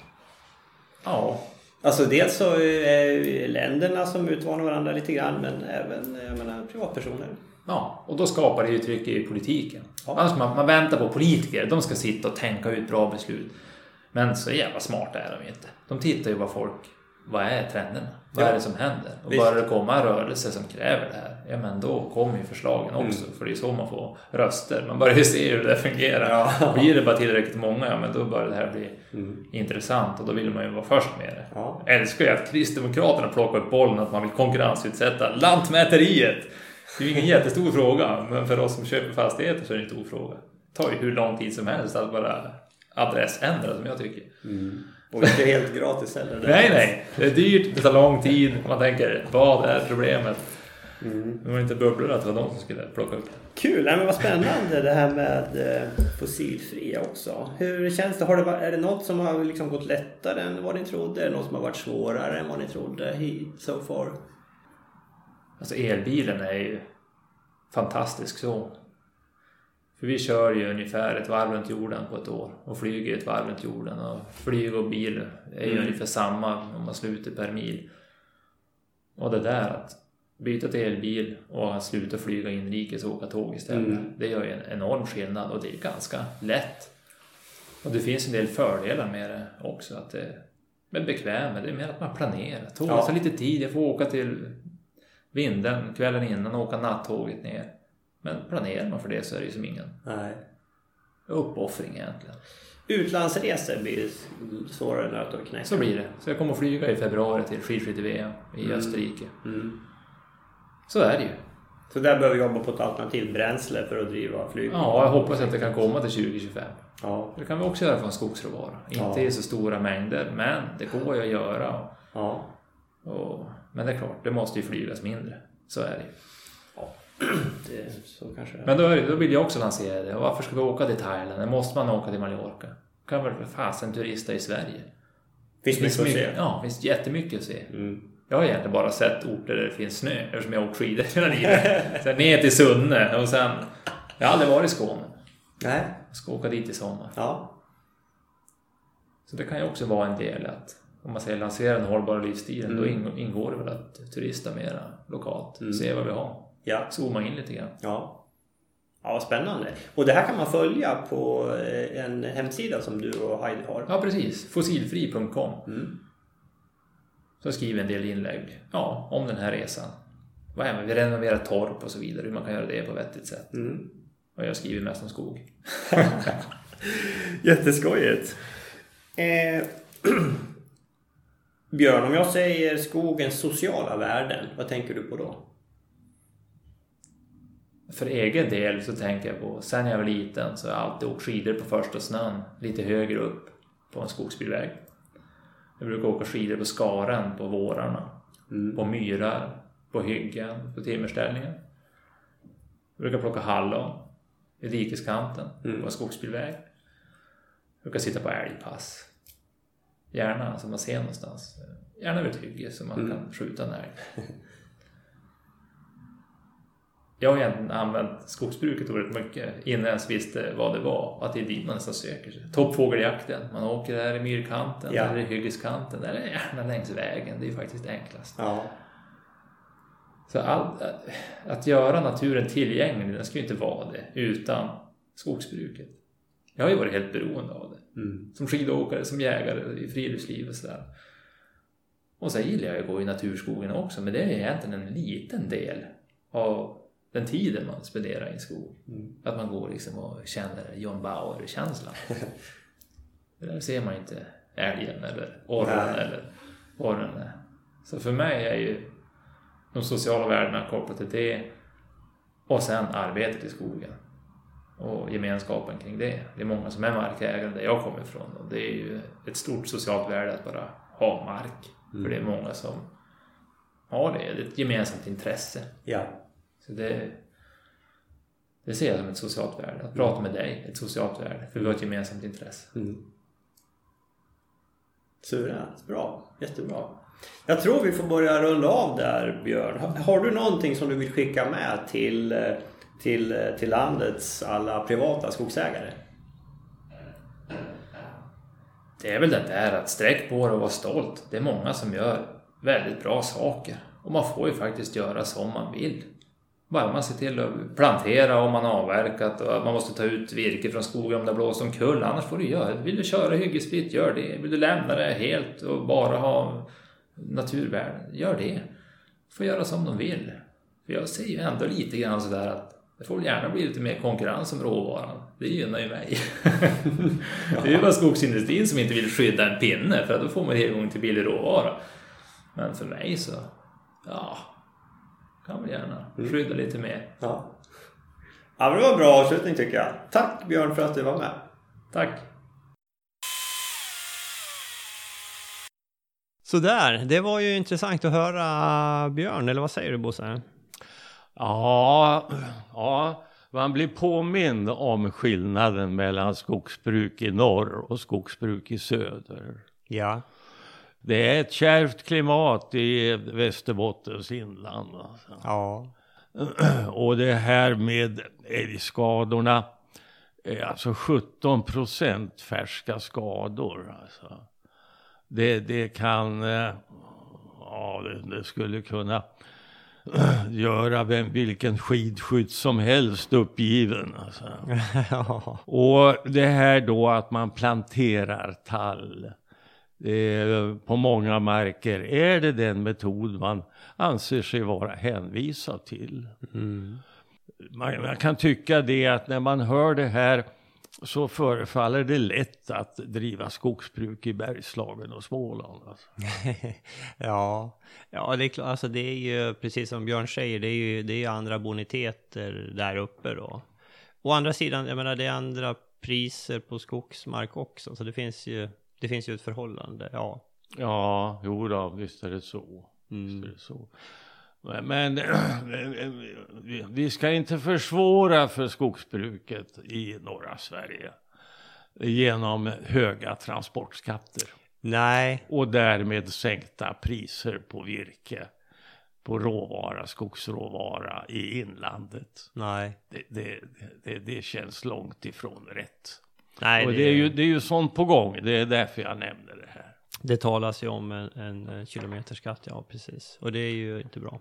Ja. Alltså dels så är länderna som utmanar varandra lite grann, men även privatpersoner. Ja, och då skapar det ju tryck i politiken. Ja. Annars man väntar på politiker, de ska sitta och tänka ut bra beslut. Men så jävla smarta är de inte. De tittar ju vad är trenderna? Vad är det som händer? Och bara det kommer en rörelse som kräver det här, ja men då kommer ju förslagen också. För det är så man får röster. Man börjar ju se hur det fungerar. Ja. Blir det bara tillräckligt många, ja men då börjar det här bli intressant. Och då vill man ju vara först med det. Ja. Jag älskar ju att Kristdemokraterna plockar upp bollen att man vill konkurrensutsätta Lantmäteriet. Det är ju ingen jättestor fråga, men för oss som köper fastigheter så är det en stor fråga. Det tar ju hur lång tid som helst att bara adressändra, som jag tycker. Och inte helt gratis heller. Nej. Det är dyrt, det tar lång tid. Man tänker, vad är problemet? Det var inte bubblor att det var de som skulle plocka upp det. Kul, men vad spännande det här med fossilfria också. Hur känns det? Är det något som har liksom gått lättare än vad ni trodde? Är det något som har varit svårare än vad ni trodde so far? Alltså elbilen är ju fantastisk så. För vi kör ju ungefär ett varv runt jorden på ett år. Och flyger ett varv runt jorden. Och flyg och bil är ju ungefär samma om man slutar per mil. Och det där att byta till elbil och sluta flyga inrikes och åka tåg istället. Det gör ju en enorm skillnad och det är ganska lätt. Och det finns en del fördelar med det också. Att det är bekvämt. Det är mer att man planerar. Tåget tar lite tid. Jag får åka till Vinden kvällen innan och åka nattåget ner. Men planerar man för det så är det ju som ingen uppoffring egentligen. Utlandsresor blir svårare när att knäcka. Så blir det. Så jag kommer att flyga i februari till skidskytte-VM i Österrike. Så är det ju. Så där behöver vi jobba på ett alternativt bränsle för att driva flyg. Ja, jag hoppas att det kan komma till 2025. Ja. Det kan vi också göra från skogsråvara. Inte i så stora mängder, men det går ju att göra. Ja. Men det är klart, det måste ju flygas mindre. Så är det ju. Så kanske. Men då vill jag också lansera det. Och varför ska vi åka till Thailand? Måste man åka till Mallorca? Kan väl fasen turista i Sverige? Finns mycket att se? Ja, finns jättemycket att se. Jag har egentligen bara sett orter där det finns snö, eftersom jag har åkt skidor hela livet. Sen ner till Sunne och sen... Jag har aldrig varit i Skåne. Nej. Jag ska åka dit i sommar. Ja. Så det kan ju också vara en del att om man säger lansera den hållbara livsstilen, då ingår det väl att turista mera lokalt. Se vad vi har. Ja. Zooma in lite grann. Ja, spännande. Och det här kan man följa på en hemsida som du och Heidi har. Ja, precis. Fossilfri.com. Så skriver en del inlägg om den här resan. Vi renoverar torp och så vidare. Hur man kan göra det på vettigt sätt. Och jag skriver mest om skog. Jätteskojigt. Björn, om jag säger skogens sociala värden, vad tänker du på då? För egen del så tänker jag på, sen jag var liten så har jag alltid åkt skidor på första snön lite högre upp på en skogsbilväg. Jag brukar åka skidor på skaren på vårarna, på myrar, på hyggen, på timmerställningar. Jag brukar plocka hallon i dikeskanten på en skogsbilväg. Jag brukar sitta på älgpass. Gärna som man ser någonstans. Gärna vid ett hygge så man kan skjuta en älg. Jag har egentligen använt skogsbruket oerhört mycket innan jag ens visste vad det var. Att det är dit man nästan söker sig. Toppfågeljakten. Man åker där i myrkanten eller i hyggeskanten eller gärna längs vägen. Det är faktiskt enklast. Ja. Så att göra naturen tillgänglig, den ska ju inte vara det utan skogsbruket. Jag har ju varit helt beroende av det. Som skidåkare, som jägare i friluftsliv och sådär. Och så gillar jag att gå i naturskogen också. Men det är egentligen en liten del av den tiden man spenderar i en skog. Att man går liksom och känner John Bauer-känslan. Det där ser man inte älgen eller orren eller vad den är. Så för mig är ju de sociala värdena kopplat till det. Och sen arbetet i skogen. Och gemenskapen kring det. Det är många som är markägare där jag kommer ifrån. Och det är ju ett stort socialt värde att bara ha mark. För det är många som har det. Det är ett gemensamt intresse. Ja. Så det ser jag som ett socialt värde. Att prata med dig är ett socialt värde. För vi har ett gemensamt intresse. Suveränt, bra, jättebra. Jag tror vi får börja runda av där, Björn. Har du någonting som du vill skicka med till landets alla privata skogsägare? Det är väl det där att sträck på det och vara stolt. Det är många som gör väldigt bra saker. Och man får ju faktiskt göra som man vill. Bara man ser till att plantera om man har avverkat och man måste ta ut virke från skogen om det blåser omkull. Annars får du göra det. Vill du köra hyggesfritt, gör det. Vill du lämna det helt och bara ha naturvärden, gör det. Du får göra som de vill. För jag ser ju ändå lite grann sådär att det får gärna bli lite mer konkurrens om råvaran. Det gynnar ju mig. Det är ju bara skogsindustrin som inte vill skydda en pinne för att då får man tillgång till billig råvara. Men för mig så, kan man gärna skydda lite mer. Ja, men det var en bra avslutning tycker jag. Tack Björn för att du var med. Tack. Så där, det var ju intressant att höra Björn, eller vad säger du Bosse? Ja, man blir påmind om skillnaden mellan skogsbruk i norr och skogsbruk i söder. Ja. Det är ett kärvt klimat i Västerbottens inland. Alltså. Ja. Och det här med älgskadorna är alltså 17% färska skador. Alltså. Det kan, det skulle kunna göra vilken skidskytt som helst uppgiven. Alltså. Ja. Och det här då att man planterar tall på många marker, är det den metod man anser sig vara hänvisad till. Man kan tycka det att när man hör det här så förefaller det lätt att driva skogsbruk i Bergslagen och Småland. Alltså. Ja, det är klart. Alltså det är ju precis som Björn säger, det är ju andra boniteter där uppe då. Å andra sidan, jag menar det är andra priser på skogsmark också, så det finns ju ett förhållande, ja. Ja, jo då, visst är det så. Visst är det så. Men vi ska inte försvåra för skogsbruket i norra Sverige genom höga transportskatter. Nej. Och därmed sänkta priser på virke, på råvara, skogsråvara i inlandet. Nej. Det känns långt ifrån rätt. Nej, och det är ju sånt på gång, det är därför jag nämner det här. Det talas ju om en kilometerskatt, ja precis. Och det är ju inte bra.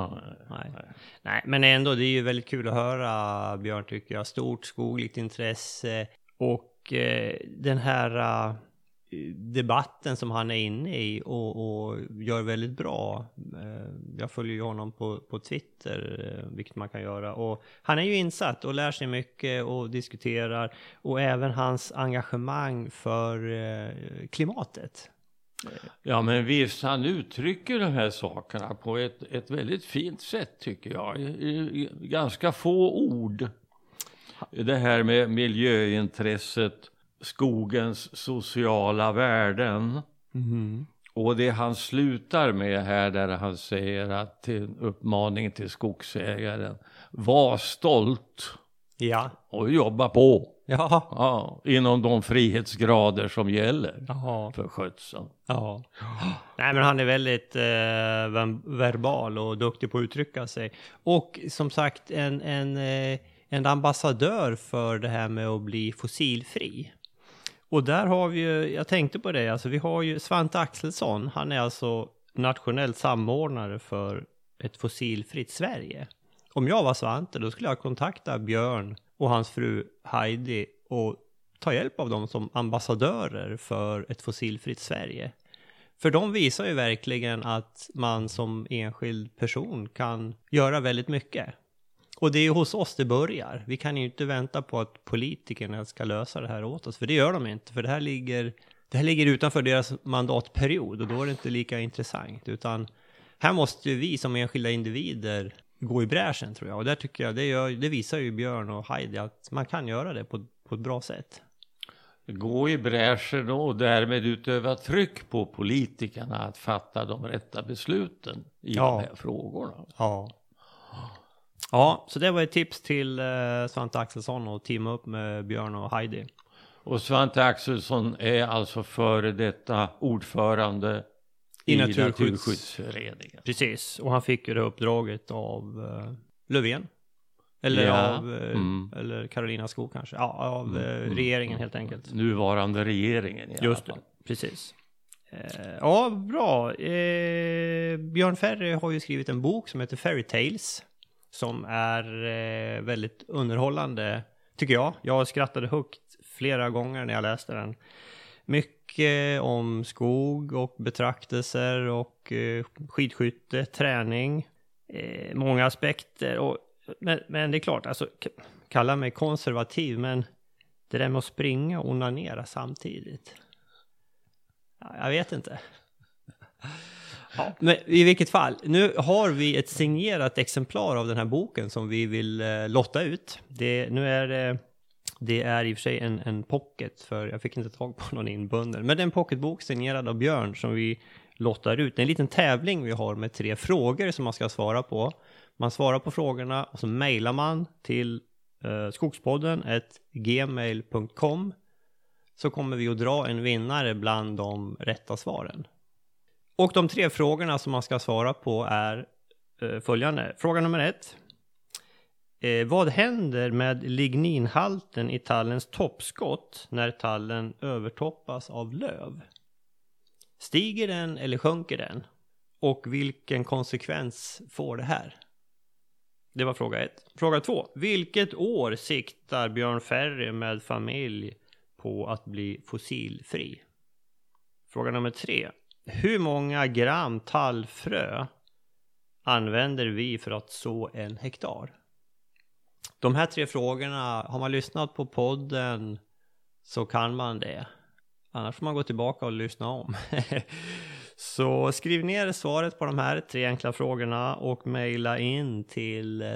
Nej, men ändå, det är ju väldigt kul att höra Björn tycker jag. Stort skogligt intresse och den här debatten som han är inne i och gör väldigt bra. Jag följer ju honom på Twitter, vilket man kan göra. Och han är ju insatt och lär sig mycket och diskuterar. Och även hans engagemang för klimatet. Ja, men visst, han uttrycker de här sakerna på ett väldigt fint sätt tycker jag. I ganska få ord. Det här med miljöintresset, skogens sociala värden. Och det han slutar med här där han säger att till uppmaning till skogsägaren: var stolt. Ja. Och jobba på. Ja. Ja, inom de frihetsgrader som gäller. Jaha. För skötseln. Ja. Nej, men han är väldigt verbal och duktig på att uttrycka sig. Och som sagt en ambassadör för det här med att bli fossilfri. Och där har vi ju, jag tänkte på det, alltså vi har ju Svante Axelsson, han är alltså nationell samordnare för ett fossilfritt Sverige. Om jag var Svante, då skulle jag kontakta Björn och hans fru Heidi och ta hjälp av dem som ambassadörer för ett fossilfritt Sverige. För de visar ju verkligen att man som enskild person kan göra väldigt mycket. Och det är ju hos oss det börjar. Vi kan ju inte vänta på att politikerna ska lösa det här åt oss. För det gör de inte. För det här ligger utanför deras mandatperiod. Och då är det inte lika intressant. Utan här måste vi som enskilda individer gå i bräschen tror jag. Och där tycker jag, det visar ju Björn och Heidi att man kan göra det på ett bra sätt. Gå i bräschen och därmed utöva tryck på politikerna att fatta de rätta besluten i de här frågorna. Ja, så det var ett tips till Svante Axelsson att teama upp med Björn och Heidi. Och Svante Axelsson är alltså före detta ordförande i Naturskyddsföreningen. Precis, och han fick ju det uppdraget av Löfven. Eller eller Carolina Skog kanske. Ja, av regeringen helt enkelt. Nuvarande regeringen. Just det, precis. Ja, bra. Björn Ferry har ju skrivit en bok som heter Fairy Tales. Som är väldigt underhållande, tycker jag. Jag skrattade högt flera gånger när jag läste den. Mycket om skog och betraktelser och skidskytte, träning. Många aspekter. Men det är klart, alltså, kalla mig konservativ, men det där med att springa och onanera samtidigt. Ja, jag vet inte. Ja, men i vilket fall, nu har vi ett signerat exemplar av den här boken som vi vill lotta ut. Det är i och för sig en pocket, för jag fick inte tag på någon inbunden. Men det är en pocketbok signerad av Björn som vi lottar ut. Det är en liten tävling vi har med 3 frågor som man ska svara på. Man svarar på frågorna och så mejlar man till skogspodden@gmail.com. Så kommer vi att dra en vinnare bland de rätta svaren. Och de 3 frågorna som man ska svara på är följande. Fråga nummer 1. Vad händer med ligninhalten i tallens toppskott när tallen övertoppas av löv? Stiger den eller sjunker den? Och vilken konsekvens får det här? Det var fråga 1. Fråga 2. Vilket år siktar Björn Ferry med familj på att bli fossilfri? Fråga nummer 3. Hur många gram tallfrö använder vi för att så 1 hektar? De här 3 frågorna, har man lyssnat på podden så kan man det. Annars får man gå tillbaka och lyssna om. Så skriv ner svaret på de här 3 enkla frågorna och mejla in till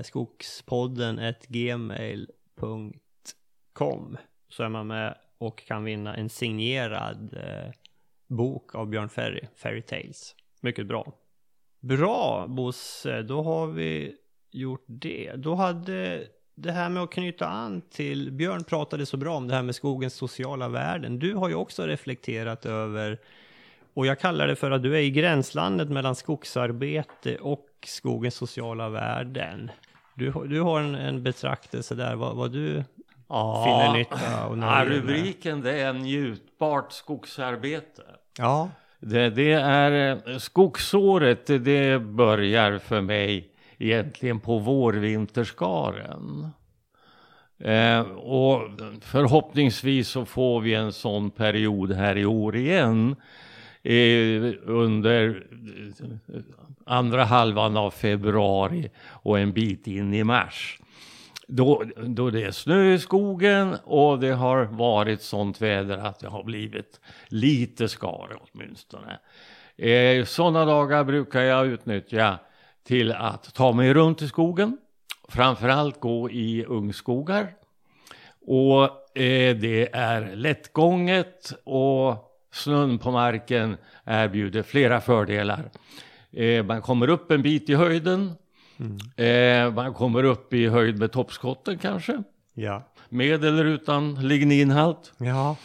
skogspodden@gmail.com. Så är man med och kan vinna en signerad bok av Björn Ferry, Fairy Tales. Mycket bra. Bra, Bosse, då har vi gjort det. Då hade det här med att knyta an till, Björn pratade så bra om det här med skogens sociala värden. Du har ju också reflekterat över, och jag kallar det för att du är i gränslandet mellan skogsarbete och skogens sociala värden. Du har en betraktelse där, vad du finner nytta och rubriken det är njutbart skogsarbete. Ja. Det är skogsåret, det börjar för mig egentligen på vårvinterskaren. Och förhoppningsvis så får vi en sån period här i år igen under andra halvan av februari och en bit in i mars. Då det är snö i skogen och det har varit sånt väder att det har blivit lite skare åtminstone. Sådana dagar brukar jag utnyttja till att ta mig runt i skogen. Framförallt gå i ungskogar. Och det är lättgånget och snön på marken erbjuder flera fördelar. Man kommer upp en bit i höjden. Man kommer upp i höjd med toppskotten kanske. Ja. Med eller utan ligninhalt. Ja.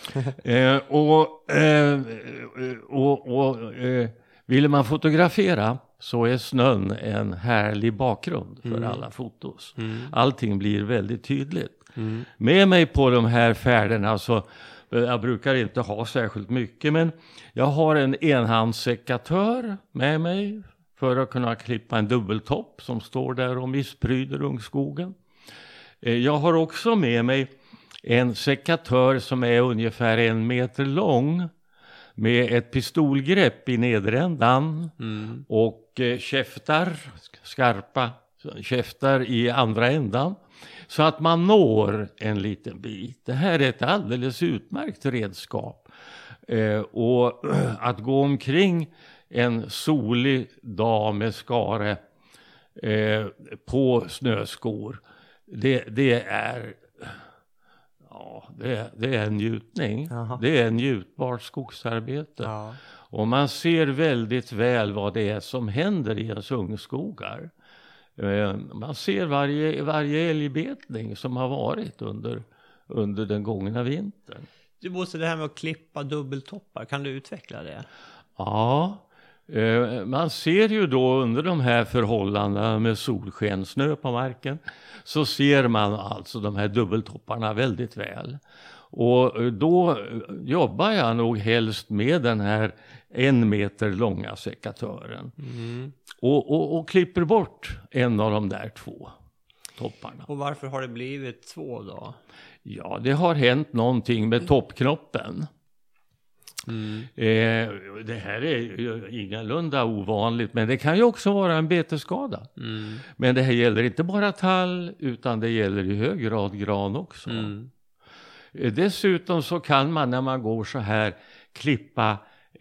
Vill man fotografera så är snön en härlig bakgrund för alla fotos. Allting blir väldigt tydligt. Med mig på de här färderna så jag brukar inte ha särskilt mycket, men jag har en enhandssekatör med mig för att kunna klippa en dubbeltopp som står där och misspryder ungskogen. Jag har också med mig en sekatör som är ungefär 1 meter lång med ett pistolgrepp i nedrändan och skarpa käftar i andra ändan så att man når en liten bit. Det här är ett alldeles utmärkt redskap. Och att gå omkring en solig dag med skare på snöskor. Det är en njutning. Jaha. Det är en njutbart skogsarbete. Ja. Och man ser väldigt väl vad det är som händer i ens ungskogar. Man ser varje älgbetning som har varit under den gångna vintern. Du Bosse, det här med att klippa dubbeltoppar, kan du utveckla det? Ja, man ser ju då under de här förhållandena med solsken, snö på marken, så ser man alltså de här dubbeltopparna väldigt väl. Och då jobbar jag nog helst med den här 1 meter långa sekatören. Och klipper bort en av de där 2 topparna. Och varför har det blivit 2 då? Ja, det har hänt någonting med toppknoppen. Det här är ju ingalunda ovanligt, men det kan ju också vara en betesskada. Men det här gäller inte bara tall, utan det gäller i hög grad gran också. Dessutom så kan man när man går så här klippa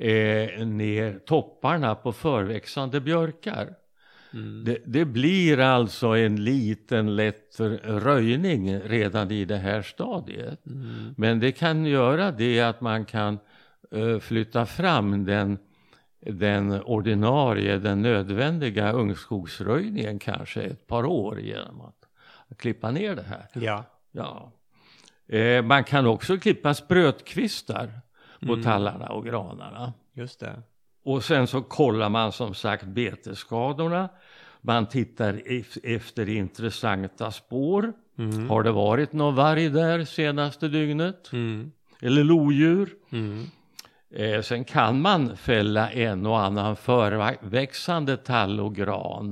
ner topparna på förväxande björkar. Det blir alltså en liten lätt röjning redan i det här stadiet. Men det kan göra det att man kan flytta fram den ordinarie, den nödvändiga ungskogsröjningen kanske ett par år genom att klippa ner det här. Ja. Man kan också klippa sprötkvistar på tallarna och granarna. Just det. Och sen så kollar man som sagt betesskadorna. Man tittar efter intressanta spår. Har det varit någon varg där senaste dygnet? Eller lodjur? Sen kan man fälla en och annan förväxande tall och gran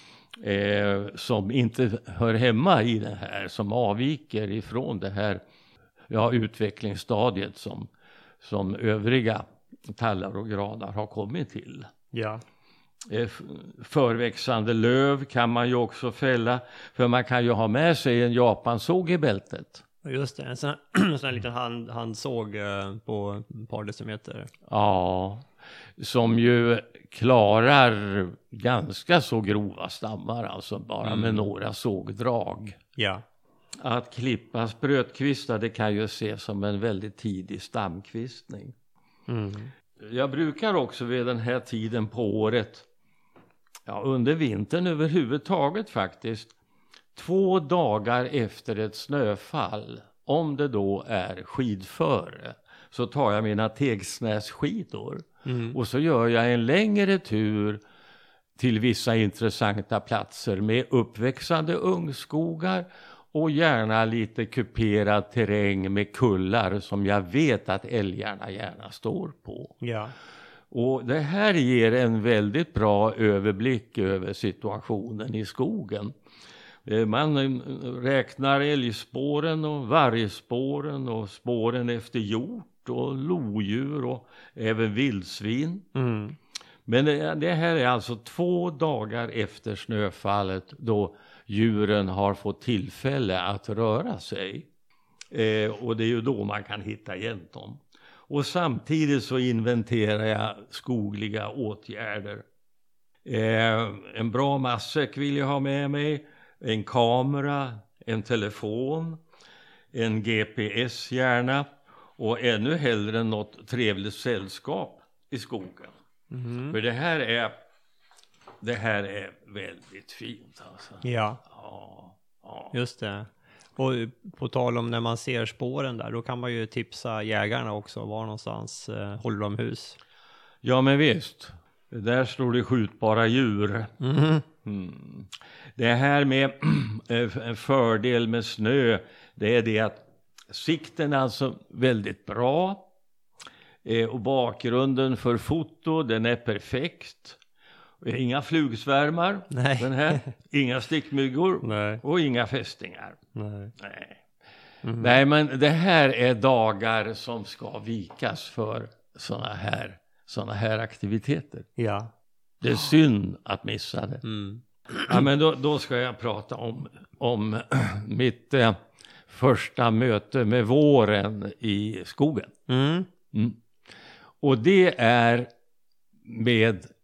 som inte hör hemma i det här, som avviker ifrån det här utvecklingsstadiet som övriga tallar och granar har kommit till. Ja. Förväxande löv kan man ju också fälla, för man kan ju ha med sig en japansåg i bältet. Just det, en sån här liten handsåg på ett par decimeter. Ja, som ju klarar ganska så grova stammar, alltså bara med några sågdrag. Ja. Att klippa sprötkvistar, det kan ju ses som en väldigt tidig stamkvistning. Jag brukar också vid den här tiden på året, under vintern överhuvudtaget faktiskt, 2 dagar efter ett snöfall, om det då är skidföre, så tar jag mina Tegsnässkidor och så gör jag en längre tur till vissa intressanta platser med uppväxande ungskogar och gärna lite kuperad terräng med kullar som jag vet att älgarna gärna står på. Ja. Och det här ger en väldigt bra överblick över situationen i skogen. Man räknar älgspåren och vargspåren och spåren efter hjort och lodjur och även vildsvin. Men det här är alltså 2 dagar efter snöfallet då djuren har fått tillfälle att röra sig. Och det är ju då man kan hitta igen dem. Och samtidigt så inventerar jag skogliga åtgärder. En bra matsäck vill jag ha med mig. En kamera, en telefon, en GPS gärna. Och ännu hellre något trevligt sällskap i skogen. För det här är väldigt fint alltså. Ja. Ja. Just det. Och på tal om när man ser spåren där, då kan man ju tipsa jägarna också. Var någonstans håller de hus? Ja, men visst. Där står det skjutbara djur. Det här med en fördel med snö, det är det att sikten är alltså väldigt bra. Och bakgrunden för foto, den är perfekt. Inga flugsvärmar. Nej. Den här. Inga stickmyggor. Nej. Och inga fästingar. Nej. Nej, men det här är dagar som ska vikas för såna här aktiviteter. Ja. Det är synd att missa det. Ja, men då ska jag prata om mitt första möte med våren i skogen. Och det är med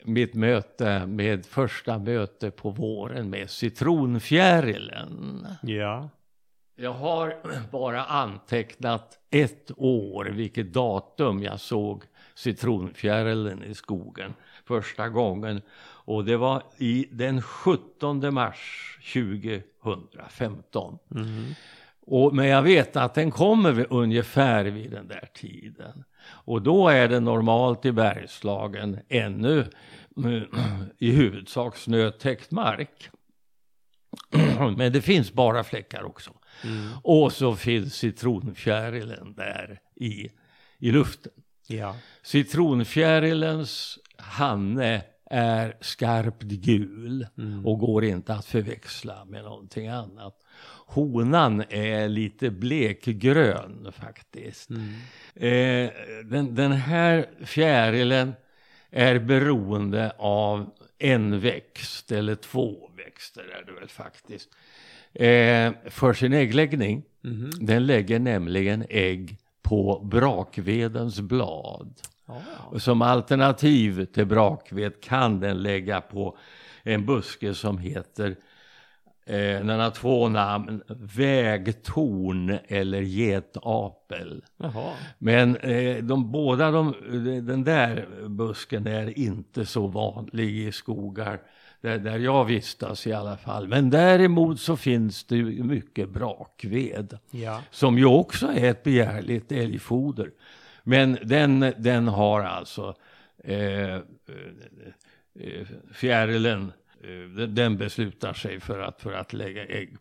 mitt första möte på våren med citronfjärilen. Ja. Jag har bara antecknat ett år, vilket datum jag såg citronfjärilen i skogen första gången. Och det var den 17 mars 2015. Men jag vet att den kommer ungefär vid den där tiden. Och då är det normalt i Bergslagen ännu i huvudsak snötäckt mark. Men det finns bara fläckar också. Och så finns citronfjärilen där i luften. Ja. Citronfjärilens hanne är skarpt gul och går inte att förväxla med någonting annat. Honan är lite blekgrön faktiskt. Den här fjärilen är beroende av en växt eller två växter är det väl faktiskt. För sin äggläggning. Den lägger nämligen ägg på brakvedens blad. Som alternativ till brakved kan den lägga på en buske som heter, den har två namn, vägtorn eller getapel. Men den där busken är inte så vanlig i skogar där jag vistas i alla fall. Men däremot så finns det mycket brakved som ju också är ett begärligt älgfoder. Men den har alltså fjärilen, den beslutar sig för att lägga ägg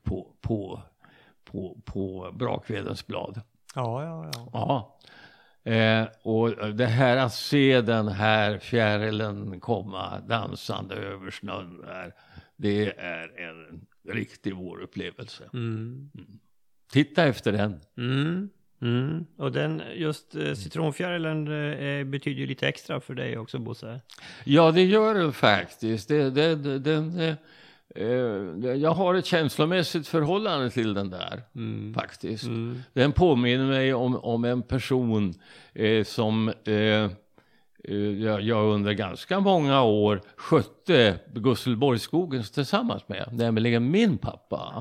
på brakvedens blad. Ja. Och det här att se den här fjärilen komma dansande över snön där, det är en riktig vårupplevelse. Titta efter den. Och den, just citronfjärilen betyder ju lite extra för dig också, Bosse. Ja, det gör den faktiskt. Jag har ett känslomässigt förhållande till den där faktiskt. Den påminner mig om en person som jag under ganska många år skötte Gusselborgsskogen tillsammans med, nämligen min pappa.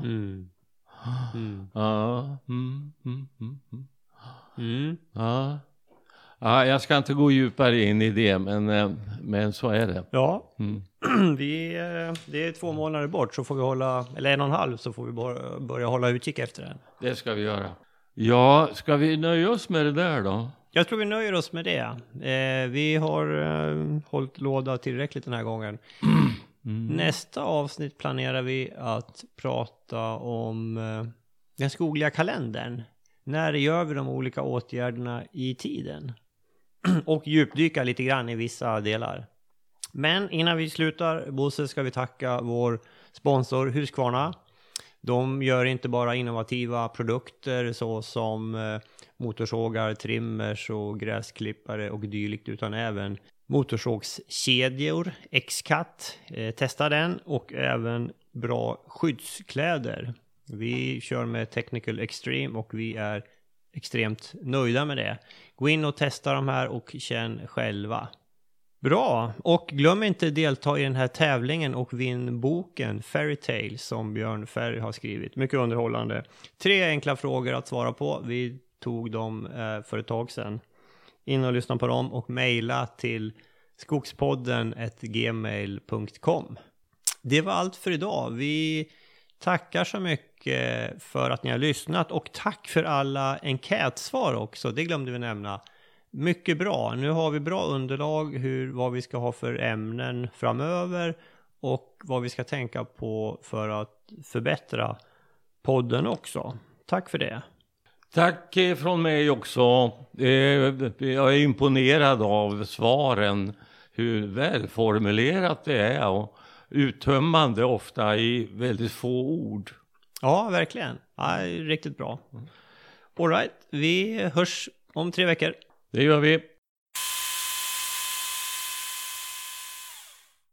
Ja, jag ska inte gå djupare in i det, men så är det. Ja, det är 2 månader bort, så får vi eller 1,5, så får vi börja hålla utkik efter den. Det ska vi göra. Ja, ska vi nöja oss med det där då? Jag tror vi nöjer oss med det. Vi har hållit låda tillräckligt den här gången. Nästa avsnitt planerar vi att prata om den skogliga kalendern. När gör vi de olika åtgärderna i tiden? Och djupdyka lite grann i vissa delar. Men innan vi slutar, Bosse, ska vi tacka vår sponsor Husqvarna. De gör inte bara innovativa produkter så som motorsågar, trimmers och gräsklippare och dylikt, utan även motorsågskedjor, X-Cut, testa den, och även bra skyddskläder. Vi kör med Technical Extreme och vi är extremt nöjda med det. Gå in och testa de här och känn själva. Bra, och glöm inte delta i den här tävlingen och vinn boken Fairy Tale som Björn Ferry har skrivit. Mycket underhållande. 3 enkla frågor att svara på. Vi tog dem för ett tag sedan. In och lyssna på dem och mejla till skogspodden@gmail.com. Det var allt för idag. Vi tackar så mycket för att ni har lyssnat, och tack för alla enkätsvar också. Det glömde vi nämna. Mycket bra. Nu har vi bra underlag vad vi ska ha för ämnen framöver och vad vi ska tänka på för att förbättra podden också. Tack för det. Tack från mig också. Jag är imponerad av svaren, hur välformulerat det är och uttömmande ofta i väldigt få ord. Ja, verkligen. Ja, riktigt bra. All right, vi hörs om 3 veckor. Det gör vi.